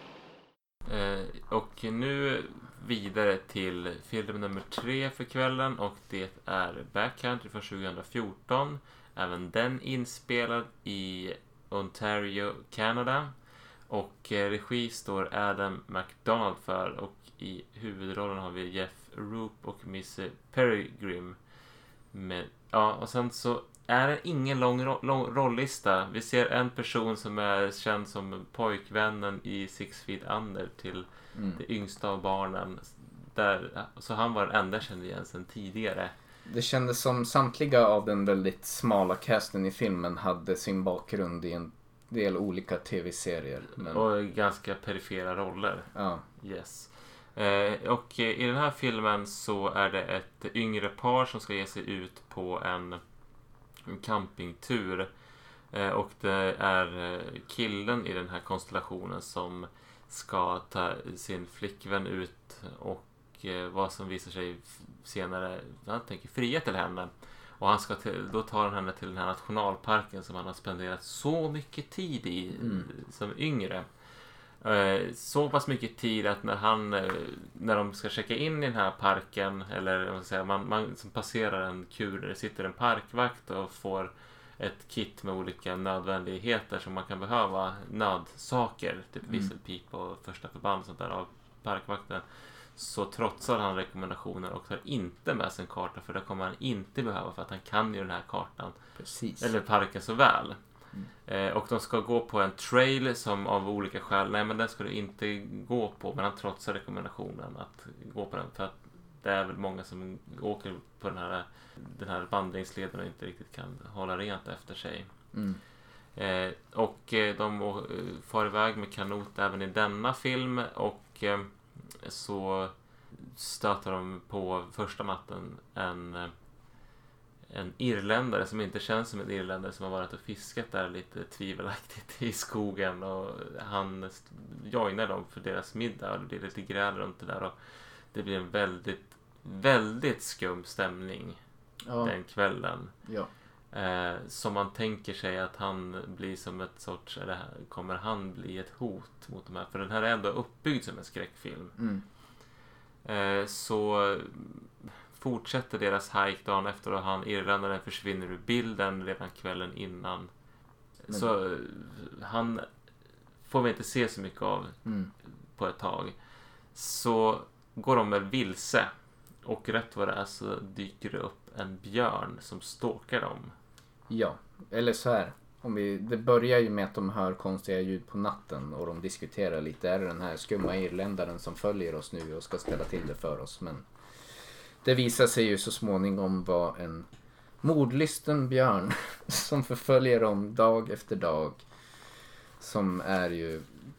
Och nu vidare till film nummer 3 för kvällen, och det är Backcountry från 2014. Även den inspelad i Ontario, Canada. Och regi står Adam McDonald för, och i huvudrollen har vi Jeff Roop och Missy Peregrine. Och sen så är det ingen lång rolllista. Vi ser en person som är känd som pojkvännen i Six Feet Under till det yngsta av barnen. Så han var den enda kände igen sedan tidigare. Det kändes som samtliga av den väldigt smala casten i filmen hade sin bakgrund i en del olika tv-serier. Och ganska perifera roller. Ja. Yes. Och i den här filmen så är det ett yngre par som ska ge sig ut på en campingtur. Och det är killen i den här konstellationen som ska ta sin flickvän ut, och vad som visar sig senare, han tänker fria till henne. Och han ska då tar han henne till den här nationalparken som han har spenderat så mycket tid i som yngre. Så pass mycket tid att när de ska checka in i den här parken, eller vad ska jag säga, man som passerar en kur där det sitter en parkvakt och får ett kit med olika nödvändigheter som man kan behöva, nödsaker, typ visselpip och första förband och sånt där av parkvakten, så trotsar han rekommendationer och tar inte med sig en karta, för det kommer han inte behöva, för att han kan ju den här kartan. Precis. Eller parken så väl. Och de ska gå på en trail som av olika skäl, nej men den ska du inte gå på, men han trotsar rekommendationen att gå på den, för att det är väl många som åker på den här vandringsleden och inte riktigt kan hålla rent efter sig. Och de far iväg med kanot även i denna film. Och så stöter de på första natten en irländare som inte känns som en irländare, som har varit och fiskat där lite tvivelaktigt i skogen, och han joinar dem för deras middag och det blir lite gräl runt det där, och det blir en väldigt, väldigt skum stämning den kvällen. Ja. Som man tänker sig att han blir som ett sorts, eller kommer han bli ett hot mot de här, för den här är ändå uppbyggd som en skräckfilm. Så fortsätter deras hike dagen efter, och han irländaren försvinner ur bilden redan kvällen innan. Så han får vi inte se så mycket av på ett tag. Så går de väl vilse, och rätt vad det är så dyker det upp en björn som stalkar dem. Ja, eller så här. Det börjar ju med att de hör konstiga ljud på natten och de diskuterar lite. Är det den här skumma irländaren som följer oss nu och ska ställa till det för oss? Men det visar sig ju så småningom vara en mordlysten björn som förföljer dem dag efter dag. Som är ju...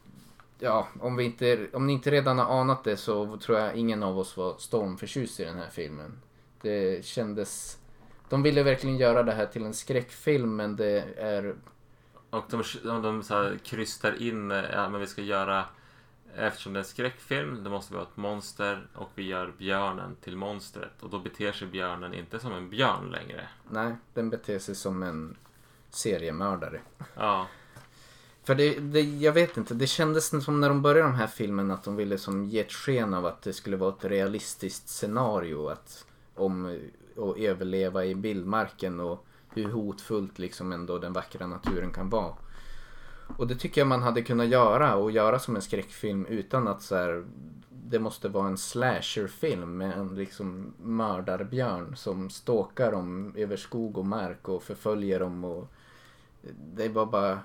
Ja, om ni inte redan har anat det, så tror jag ingen av oss var stormförtjust i den här filmen. Det kändes... De ville verkligen göra det här till en skräckfilm, men det är... Och de så här krystar in, men vi ska göra... Eftersom det är en skräckfilm, då måste vi ha ett monster, och vi gör björnen till monstret. Och då beter sig björnen inte som en björn längre. Nej, den beter sig som en seriemördare. Ja. För jag vet inte, det kändes som när de började de här filmen att de ville som ge ett sken av att det skulle vara ett realistiskt scenario om att överleva i bildmarken, och hur hotfullt liksom ändå den vackra naturen kan vara. Och det tycker jag man hade kunnat göra som en skräckfilm utan att så här, det måste vara en slasherfilm med en liksom mördarbjörn som stalkar dem över skog och mark och förföljer dem, och det var bara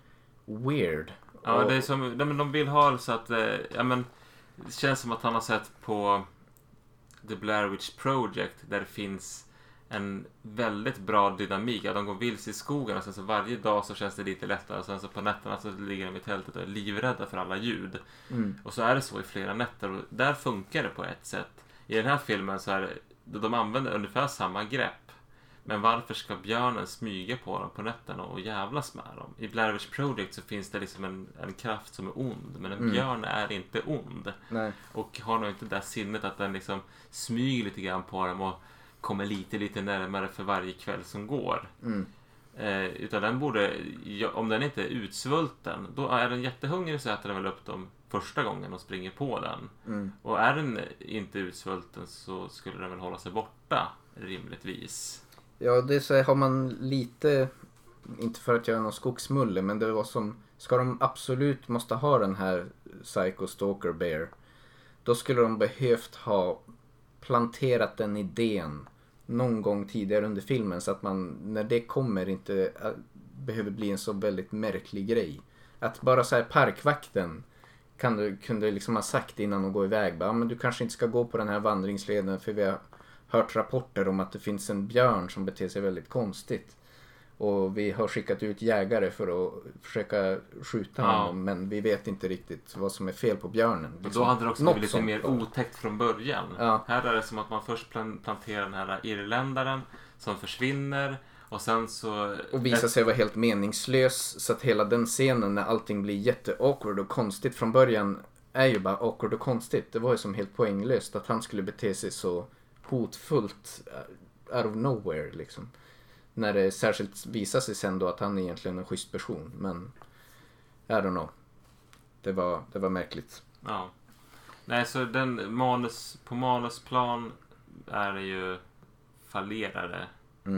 weird. Ja, det är som de vill ha så att det känns som att han har sett på The Blair Witch Project, där det finns en väldigt bra dynamik. Ja, de går vilse i skogen, och sen så varje dag så känns det lite lättare, och sen så på nätterna så ligger de i tältet och är livrädda för alla ljud. Och så är det så i flera nätter, och där funkar det på ett sätt. I den här filmen så är de använder ungefär samma grepp, men varför ska björnen smyga på dem på nätterna och jävlas med dem? I Blair Witch Project så finns det liksom en kraft som är ond, men en björn är inte ond. Nej. Och har nog inte det där sinnet att den liksom smyger lite grann på dem och kommer lite närmare för varje kväll som går. Utan den borde, om den inte är utsvulten, då är den jättehungrig, så äter den väl upp dem första gången och springer på den. Och är den inte utsvulten så skulle den väl hålla sig borta rimligtvis. Ja, det så har man lite, inte för att göra någon skogsmulle, men det var som, ska de absolut måste ha den här Psycho Stalker Bear, då skulle de behövt ha planterat den idén någon gång tidigare under filmen, så att man när det kommer inte behöver bli en så väldigt märklig grej. Att bara så här parkvakten kunde liksom ha sagt innan de går iväg, bara, men du kanske inte ska gå på den här vandringsleden, för vi har hört rapporter om att det finns en björn som beter sig väldigt konstigt. Och vi har skickat ut jägare för att försöka skjuta honom, men vi vet inte riktigt vad som är fel på björnen. Liksom. Då hade det också blivit lite mer otäckt från början. Ja. Här är det som att man först planterar den här irländaren som försvinner, och sen så... Och visar sig vara helt meningslös, så att hela den scenen när allting blir jätteawkward och konstigt från början är ju bara awkward och konstigt. Det var ju som helt poänglöst att han skulle bete sig så hotfullt out of nowhere liksom. När det särskilt visar sig sen då att han är egentligen en schysst person. Men I don't know. Det var märkligt. Ja. Nej, så den på manusplan är det ju fallerade.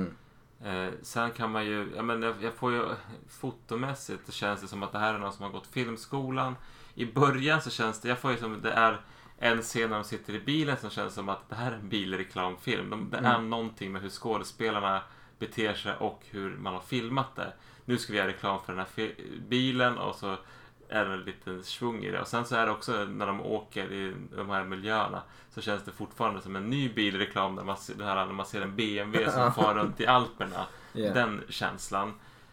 Sen kan man ju, jag får ju fotomässigt, det känns det som att det här är någon som har gått filmskolan. I början så känns det, jag får ju som det är en scen när de sitter i bilen som känns som att det här är en bilreklamfilm. Det är någonting med hur skådespelarna beter sig och hur man har filmat det. Nu ska vi göra reklam för den här bilen, och så är det en liten svung i det. Och sen så är det också när de åker i de här miljöerna, så känns det fortfarande som en ny bilreklam när man ser en BMW som far runt i Alperna. Den känslan.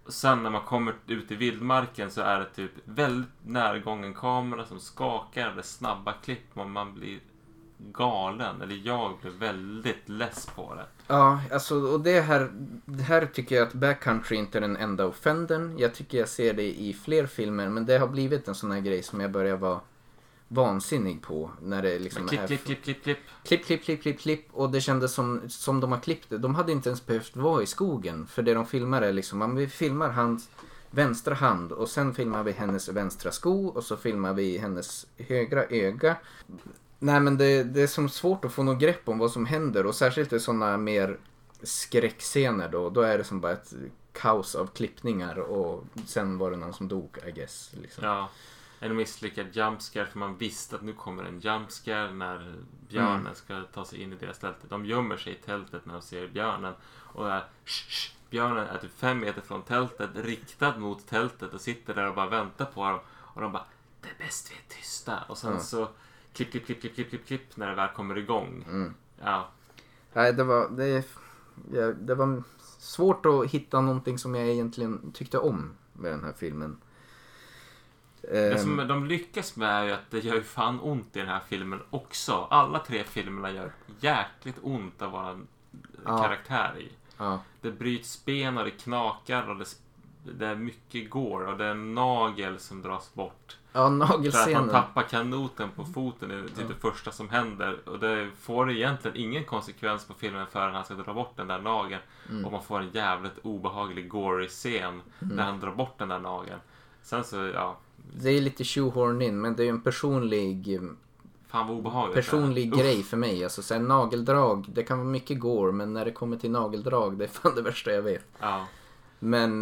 sen när man kommer ut i vildmarken så är det typ väldigt närgången kamera som skakar. Det är snabba klipp och man blir galen. Eller jag blir väldigt less på det. Ja, alltså, och det här tycker jag att Backcountry inte är den enda offendern. Jag tycker jag ser det i fler filmer, men det har blivit en sån här grej som jag börjar vara vansinnig på. När det liksom klipp. Och det kändes som de har klippt det. De hade inte ens behövt vara i skogen. För det de filmar är liksom, vi filmar hans vänstra hand och sen filmar vi hennes vänstra sko och så filmar vi hennes högra öga. Nej, men det är som svårt att få något grepp om vad som händer, och särskilt i sådana mer skräckscener då är det som bara ett kaos av klippningar och sen var det någon som dog, I guess. Liksom. Ja, en misslyckad jumpscare för man visste att nu kommer en jumpscare när björnen ska ta sig in i deras tält. De gömmer sig i tältet när de ser björnen och björnen är typ 5 meter från tältet, riktad mot tältet och sitter där och bara väntar på dem och de bara, det är bäst vi är tysta, och sen så klipp när det väl kommer igång. Ja. Nej, det var svårt att hitta någonting som jag egentligen tyckte om med den här filmen. Det som de lyckas med är ju att det gör ju fan ont i den här filmen också. Alla 3 filmerna gör jäkligt ont av vara karaktär i. Ja. Det bryts ben och det knakar och det är mycket gore och det är en nagel som dras bort. Ja, nagelscenen. För att man tappar kanoten på foten är typ det första som händer. Och det får egentligen ingen konsekvens på filmen förrän han ska dra bort den där nageln. Och man får en jävligt obehaglig gory scen där han drar bort den där nageln. Sen så, ja. Det är lite shoehorn in, men det är ju en personlig grej för mig. Alltså så här, nageldrag, det kan vara mycket gore, men när det kommer till nageldrag, det är fan det värsta jag vet. Ja. Men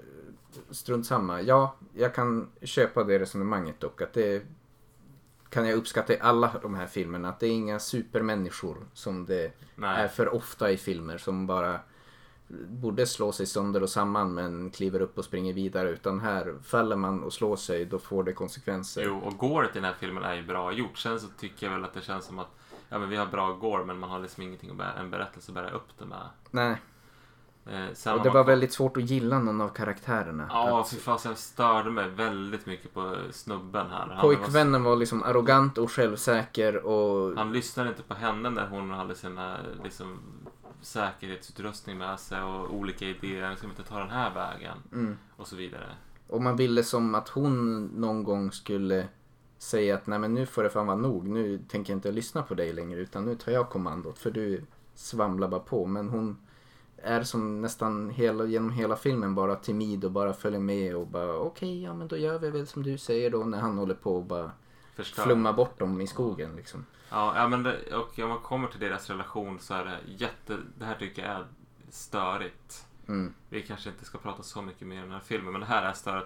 strunt samma. Ja, jag kan köpa det resonemanget dock. Att det kan jag uppskatta i alla de här filmerna. Att det är inga supermänniskor som det är för ofta i filmer. Som bara borde slå sig sönder och samman men kliver upp och springer vidare. Utan här faller man och slår sig, då får det konsekvenser. Jo, och gåret i den här filmen är ju bra gjort. Sen så tycker jag väl att det känns som att men vi har bra gore, men man har liksom ingenting en berättelse att bära upp det med. Nej. Och det var väldigt svårt att gilla någon av karaktärerna. Ja, för fast jag störde mig väldigt mycket på snubben här. Pojkvännen var liksom arrogant och självsäker och... Han lyssnade inte på henne när hon hade sina liksom säkerhetsutrustning med sig och olika idéer. Jag ska inte ta den här vägen och så vidare. Och man ville som att hon någon gång skulle säga att nej, men nu får det fan vara nog. Nu tänker jag inte lyssna på dig längre, utan nu tar jag kommandot för du svamlar bara på. Men hon är som nästan genom hela filmen bara timid och bara följer med och bara okej, ja men då gör vi väl som du säger då, när han håller på och bara flumma bort dem i skogen liksom. Ja, men och om man kommer till deras relation så är det här tycker jag är störigt. Vi kanske inte ska prata så mycket mer om den här filmen, men det här är störigt.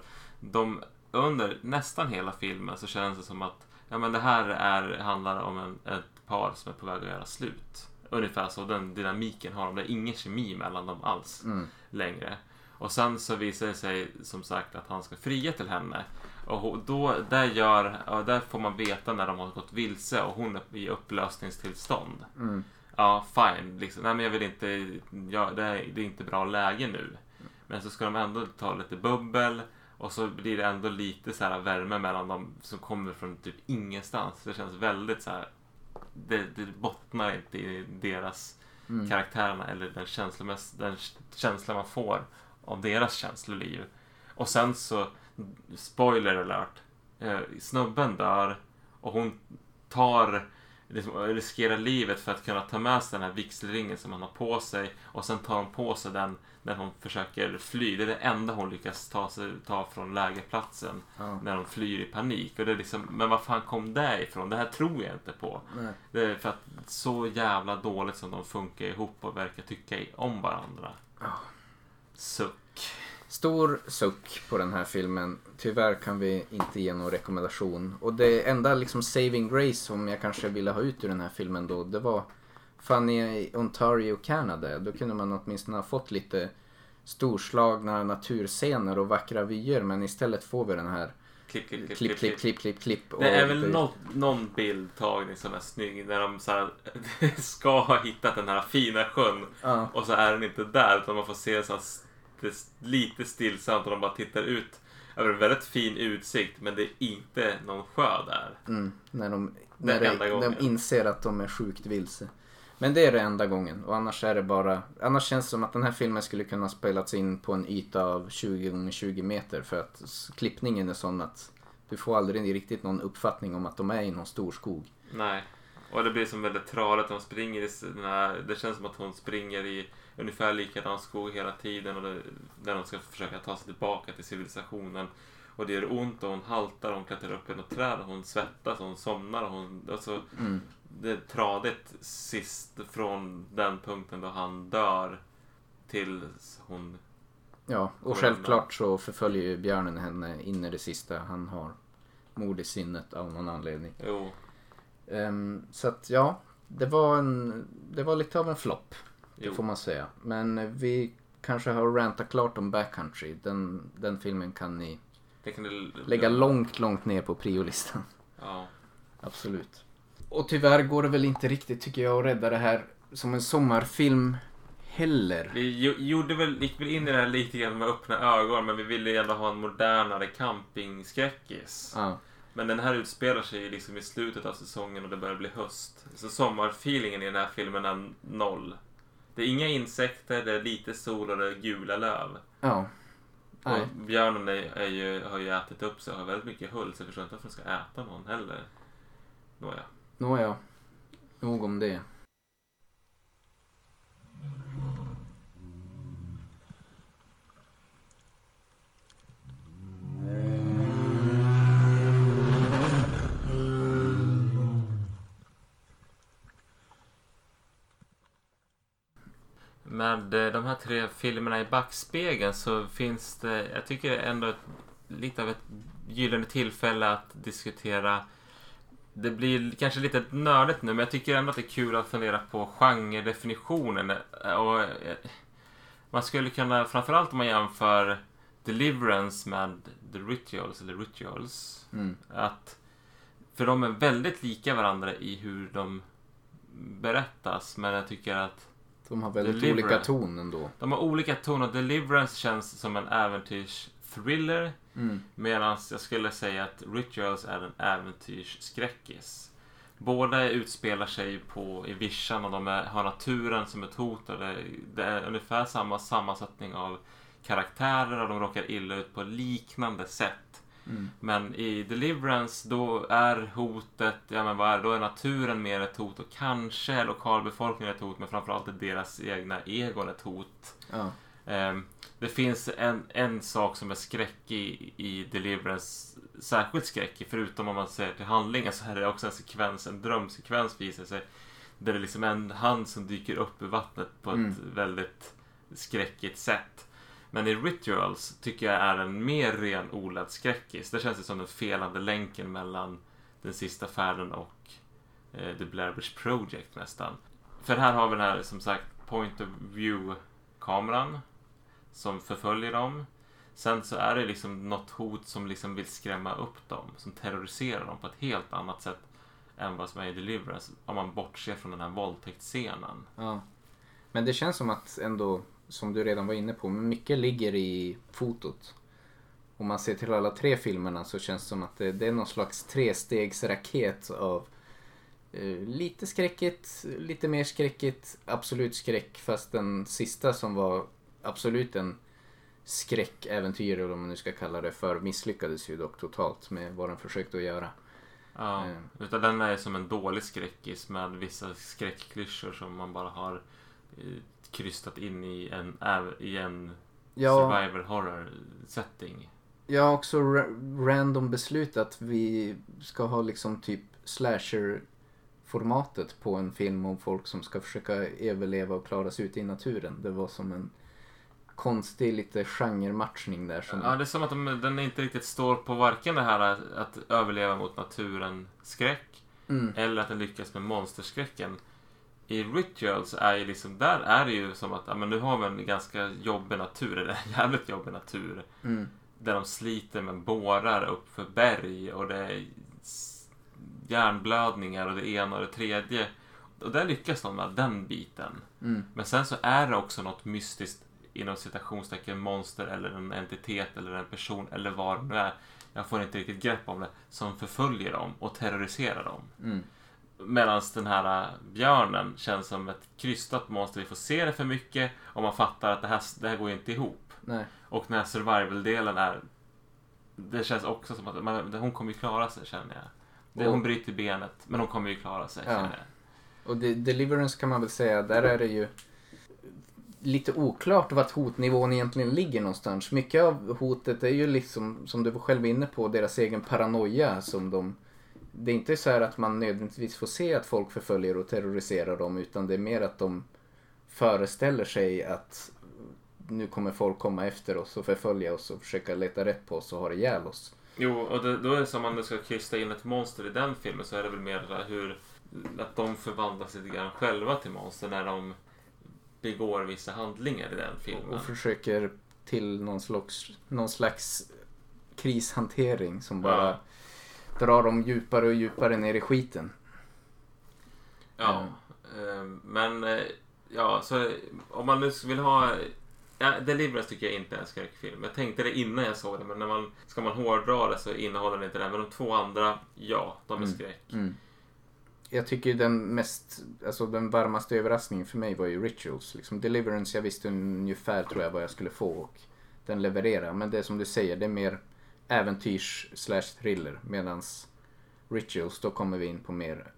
Under nästan hela filmen så känns det som att men det här handlar om ett par som är på väg att göra slut. Ungefär så, den dynamiken har de. Det är ingen kemi mellan dem alls längre. Och sen så visar det sig som sagt att han ska fria till henne. Och då, där får man veta när de har gått vilse och hon är i upplösningstillstånd. Ja, fine. Liksom. Nej, men jag vill inte... det är inte bra läge nu. Men så ska de ändå ta lite bubbel. Och så blir det ändå lite så här värme mellan dem som kommer från typ ingenstans. Det känns väldigt så här... Det bottnar inte i deras karaktärerna eller den känsla man får av deras känsloliv. Och sen så, spoiler alert, snubben dör och hon riskerar livet för att kunna ta med sig den här vigselringen som han har på sig, och sen tar hon på sig den när hon försöker fly. Det är det enda hon lyckas ta från lägerplatsen när hon flyr i panik. Och det är liksom, men vad fan kom det ifrån? Det här tror jag inte på. Nej. Det är för att så jävla dåligt som de funkar ihop och verkar tycka om varandra. Suck. Stor suck på den här filmen. Tyvärr kan vi inte ge någon rekommendation. Och det enda liksom saving grace som jag kanske ville ha ut ur den här filmen då, det var fan i Ontario, Canada. Då kunde man åtminstone ha fått lite storslagna naturscener och vackra vyer, men istället får vi den här klipp. Det är väl någon bildtagning som är snygg när de så här, ska ha hittat den här fina sjön och så är den inte där, utan man får se så här lite stillsamt och de bara tittar ut över en väldigt fin utsikt, men det är inte någon sjö där. När de inser att de är sjukt vilse. Men det är det enda gången. Och annars är det bara... Annars känns det som att den här filmen skulle kunna spelats in på en yta av 20 x 20 meter. För att klippningen är sån att du får aldrig riktigt någon uppfattning om att de är i någon stor skog. Nej. Och det blir som väldigt tradigt. De springer i det känns som att hon springer i ungefär likadan skog hela tiden. Och där de ska försöka ta sig tillbaka till civilisationen. Och det gör ont och hon haltar, hon klättrar upp i något träd, hon svettas, hon somnar. Det är tradigt sist från den punkten då han dör tills hon... Ja, och självklart så förföljer ju björnen henne in i det sista. Han har mord i sinnet av någon anledning. Jo. Så att ja, det var lite av en flopp. Det får man säga. Men vi kanske har rantat klart om Backcountry. Den filmen kan ni lägga långt ner på priolistan. Ja. Absolut. Och tyvärr går det väl inte riktigt, tycker jag, att rädda det här som en sommarfilm heller. Vi gick väl in i det här lite grann med öppna ögon, men vi ville ju ändå ha en modernare campingskräckis. Ja. Men den här utspelar sig liksom i slutet av säsongen och det börjar bli höst. Så sommarfeelingen i den här filmen är 0. Det är inga insekter, det är lite sol och det är gula löv. Ja. Och björnen har ju ätit upp sig och har väldigt mycket hull, så jag förstår inte varför de ska äta någon heller. Nåja. Nog om det. Med de här 3 filmerna i backspegeln så finns det, jag tycker ändå lite av ett gyllene tillfälle att diskutera. Det blir kanske lite nördigt nu, men jag tycker ändå att det är kul att fundera på genredefinitionen. Och man skulle kunna, framförallt om man jämför Deliverance med The Rituals, att för de är väldigt lika varandra i hur de berättas, men jag tycker att de har väldigt olika ton ändå. De har olika ton, och Deliverance känns som en äventyrsthriller. Medan jag skulle säga att Rituals är en äventyrsskräckis. Båda utspelar sig i vischan och de har naturen som ett hot. Och det är ungefär samma sammansättning av karaktärer och de råkar illa ut på liknande sätt. Men i Deliverance då är hotet, då är naturen mer ett hot och kanske lokalbefolkningen ett hot, men framförallt är deras egna egon ett hot. Ja. Det finns en sak som är skräckig i Deliverance, särskilt skräckig, förutom om man ser till handlingen, så här är det också en drömsekvens visar sig, där det är liksom en hand som dyker upp ur vattnet på ett väldigt skräckigt sätt. Men i Rituals tycker jag är en mer renodlad skräckis. Det känns som den felande länken mellan Den sista färden och The Blair Witch Project nästan. För här har vi den här, som sagt, point of view-kameran som förföljer dem. Sen så är det liksom något hot som liksom vill skrämma upp dem, som terroriserar dem på ett helt annat sätt än vad som är i Deliverance, om man bortser från den här våldtäktsscenen. Ja. Men det känns som att ändå, som du redan var inne på, mycket ligger i fotot. Om man ser till alla 3 filmerna så känns det som att det är någon slags 3-stegsraket av lite skräckigt, lite mer skräckigt, absolut skräck, fast den sista som var absolut en skräckäventyr, eller om man nu ska kalla det för, misslyckades ju dock totalt med vad den försökte att göra. Ja, utan den är som en dålig skräckis med vissa skräckklyschor som man bara har krystat in i en survival horror setting. Jag har också random beslut att vi ska ha liksom typ slasher formatet på en film om folk som ska försöka överleva och klara sig ute i naturen. Det var som en konstig lite genrematchning där. Som... Ja, det är som att den inte riktigt står på varken det här att överleva mot naturen skräck eller att den lyckas med monsterskräcken. I Rituals är ju liksom, där är det ju som att men nu har vi en ganska jobbig natur, eller en jävligt jobbig natur. Där de sliter med bårar upp för berg och det är hjärnblödningar och det ena och det tredje. Och där lyckas de med den biten. Men sen så är det också något mystiskt inom citationstecken monster eller en entitet eller en person eller vad det nu är. Jag får inte riktigt grepp om det. Som förföljer dem och terroriserar dem. Medan den här björnen känns som ett krystat monster. Vi får se det för mycket och man fattar att det här går inte ihop. Nej. Och den här survival-delen är... Det känns också som att hon kommer ju klara sig, känner jag. Hon bryter benet, men hon kommer ju klara sig, känner jag. Och Deliverance kan man väl säga, där är det ju lite oklart vart hotnivån egentligen ligger någonstans. Mycket av hotet är ju liksom, som du var själv inne på, deras egen paranoia som det är inte så här att man nödvändigtvis får se att folk förföljer och terroriserar dem, utan det är mer att de föreställer sig att nu kommer folk komma efter oss och förfölja oss och försöka leta rätt på oss och ha ihjäl oss. Jo, och då är det som om man ska krysta in ett monster i den filmen, så är det väl mer hur att de förvandlas lite grann själva till monster när de begår vissa handlingar i den filmen. Och försöker till någon slags krishantering som bara drar dem djupare och djupare ner i skiten. Ja, men ja, så om man nu vill ha... Ja, Deliverance tycker jag inte är en skräckfilm. Jag tänkte det innan jag såg det, men ska man hårdra det så innehåller det inte det. Men de två andra, ja, de är skräck. Jag tycker den varmaste överraskningen för mig var ju Rituals. Liksom Deliverance, jag visste ungefär, tror jag, vad jag skulle få och den levererar. Men det som du säger, det är mer äventyrs/thriller. Medans Rituals, då kommer vi in på mer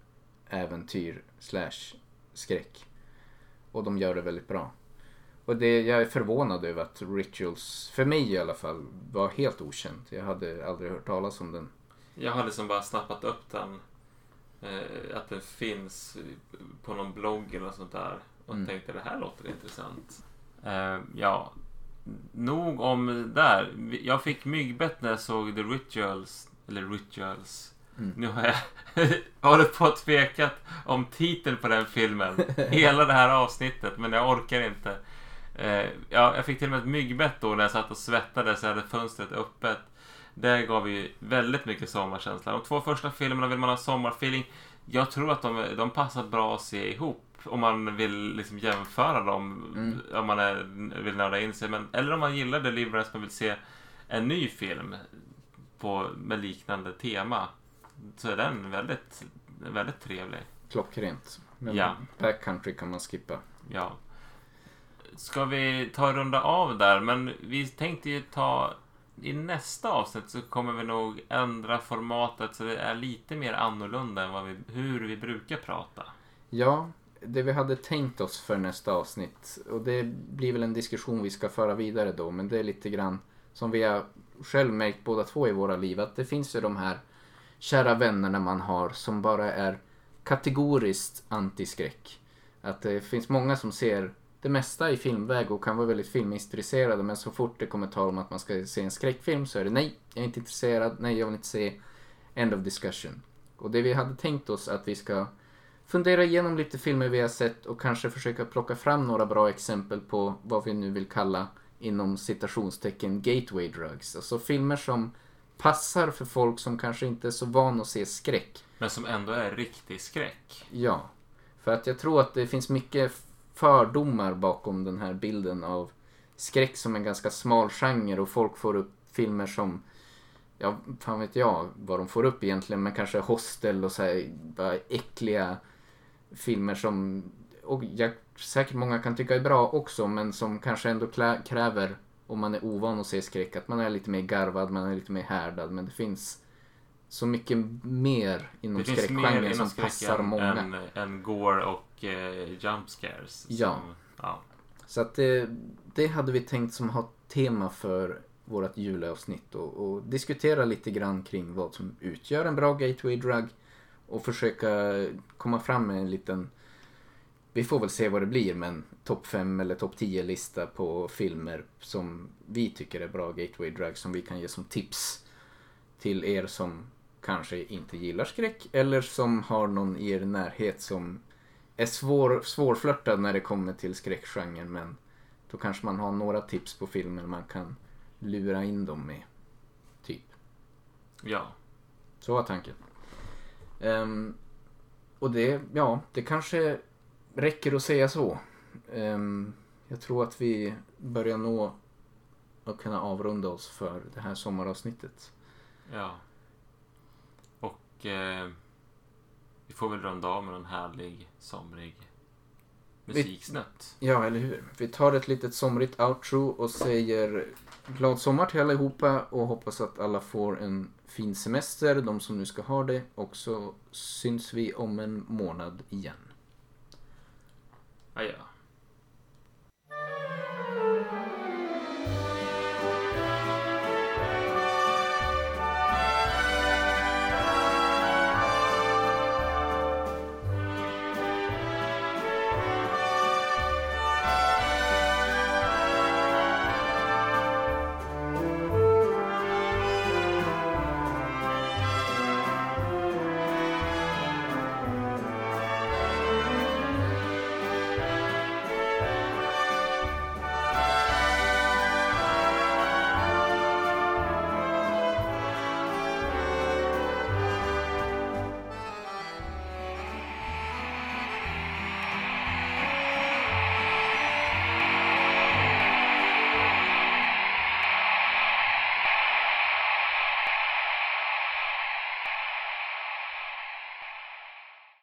äventyr/skräck. Och de gör det väldigt bra. Och jag är förvånad över att Rituals, för mig i alla fall, var helt okänt. Jag hade aldrig hört talas om den. Jag hade som bara snappat upp den. Att den finns på någon blogg eller sånt där. Och tänkte, det här låter intressant. Ja, nog om där. Jag fick myggbett när jag såg The Rituals. Eller Rituals. Nu har jag hållit på att tvekat om titeln på den filmen hela det här avsnittet, men jag orkar inte. Jag fick till och med ett myggbett då när jag satt och svettades, så jag hade fönstret öppet. Det gav ju väldigt mycket sommarkänsla. De 2 första filmerna vill man ha sommarfeeling. Jag tror att de passar bra att se ihop om man vill liksom jämföra dem, om man vill nörda in sig, eller om man gillar Deliverance men vill se en ny film med liknande tema, så är den väldigt, väldigt trevlig. Klockrent. Men Backcountry kan man skippa. Ja. Ska vi ta en runda av där, men vi tänkte ju i nästa avsnitt så kommer vi nog ändra formatet så det är lite mer annorlunda än hur vi brukar prata. Ja, det vi hade tänkt oss för nästa avsnitt, och det blir väl en diskussion vi ska föra vidare då, men det är lite grann som vi har själv märkt båda två i våra liv, att det finns ju de här kära vännerna man har som bara är kategoriskt antiskräck. Att det finns många som ser det mesta i filmväg och kan vara väldigt filmintresserade, men så fort det kommer tal om att man ska se en skräckfilm så är det nej, jag är inte intresserad, nej, jag vill inte se, end of discussion. Och det vi hade tänkt oss att vi ska fundera igenom lite filmer vi har sett och kanske försöka plocka fram några bra exempel på vad vi nu vill kalla inom citationstecken gateway drugs. Alltså filmer som passar för folk som kanske inte är så van att se skräck. Men som ändå är riktig skräck. Ja, för att jag tror att det finns mycket fördomar bakom den här bilden av skräck som en ganska smal genre, och folk får upp filmer som, ja, fan vet jag vad de får upp egentligen, men kanske Hostel och så här, bara äckliga filmer som, och säkert många kan tycka är bra också, men som kanske ändå kräver, om man är ovan att se skräck, att man är lite mer garvad, man är lite mer härdad, men det finns så mycket mer inom skräckgenren som passar många. En gore och jump scares. Ja. Så att det hade vi tänkt som ha tema för vårt julavsnitt och diskutera lite grann kring vad som utgör en bra gateway drug och försöka komma fram med en liten, vi får väl se vad det blir, men topp 5 eller topp 10 lista på filmer som vi tycker är bra gateway drug som vi kan ge som tips till er som kanske inte gillar skräck eller som har någon i er närhet som är svårflörtad när det kommer till skräckgenren, men då kanske man har några tips på filmer man kan lura in dem med, typ. Ja. Så var tanken. Och det kanske räcker att säga så. jag tror att vi börjar nå och kunna avrunda oss för det här sommaravsnittet. Ja. Och vi får väl runda av med en härlig, somrig musiksnutt. Ja, eller hur? Vi tar ett litet somrigt outro och säger glad sommar till allihopa och hoppas att alla får en fin semester, de som nu ska ha det. Och så syns vi om en månad igen.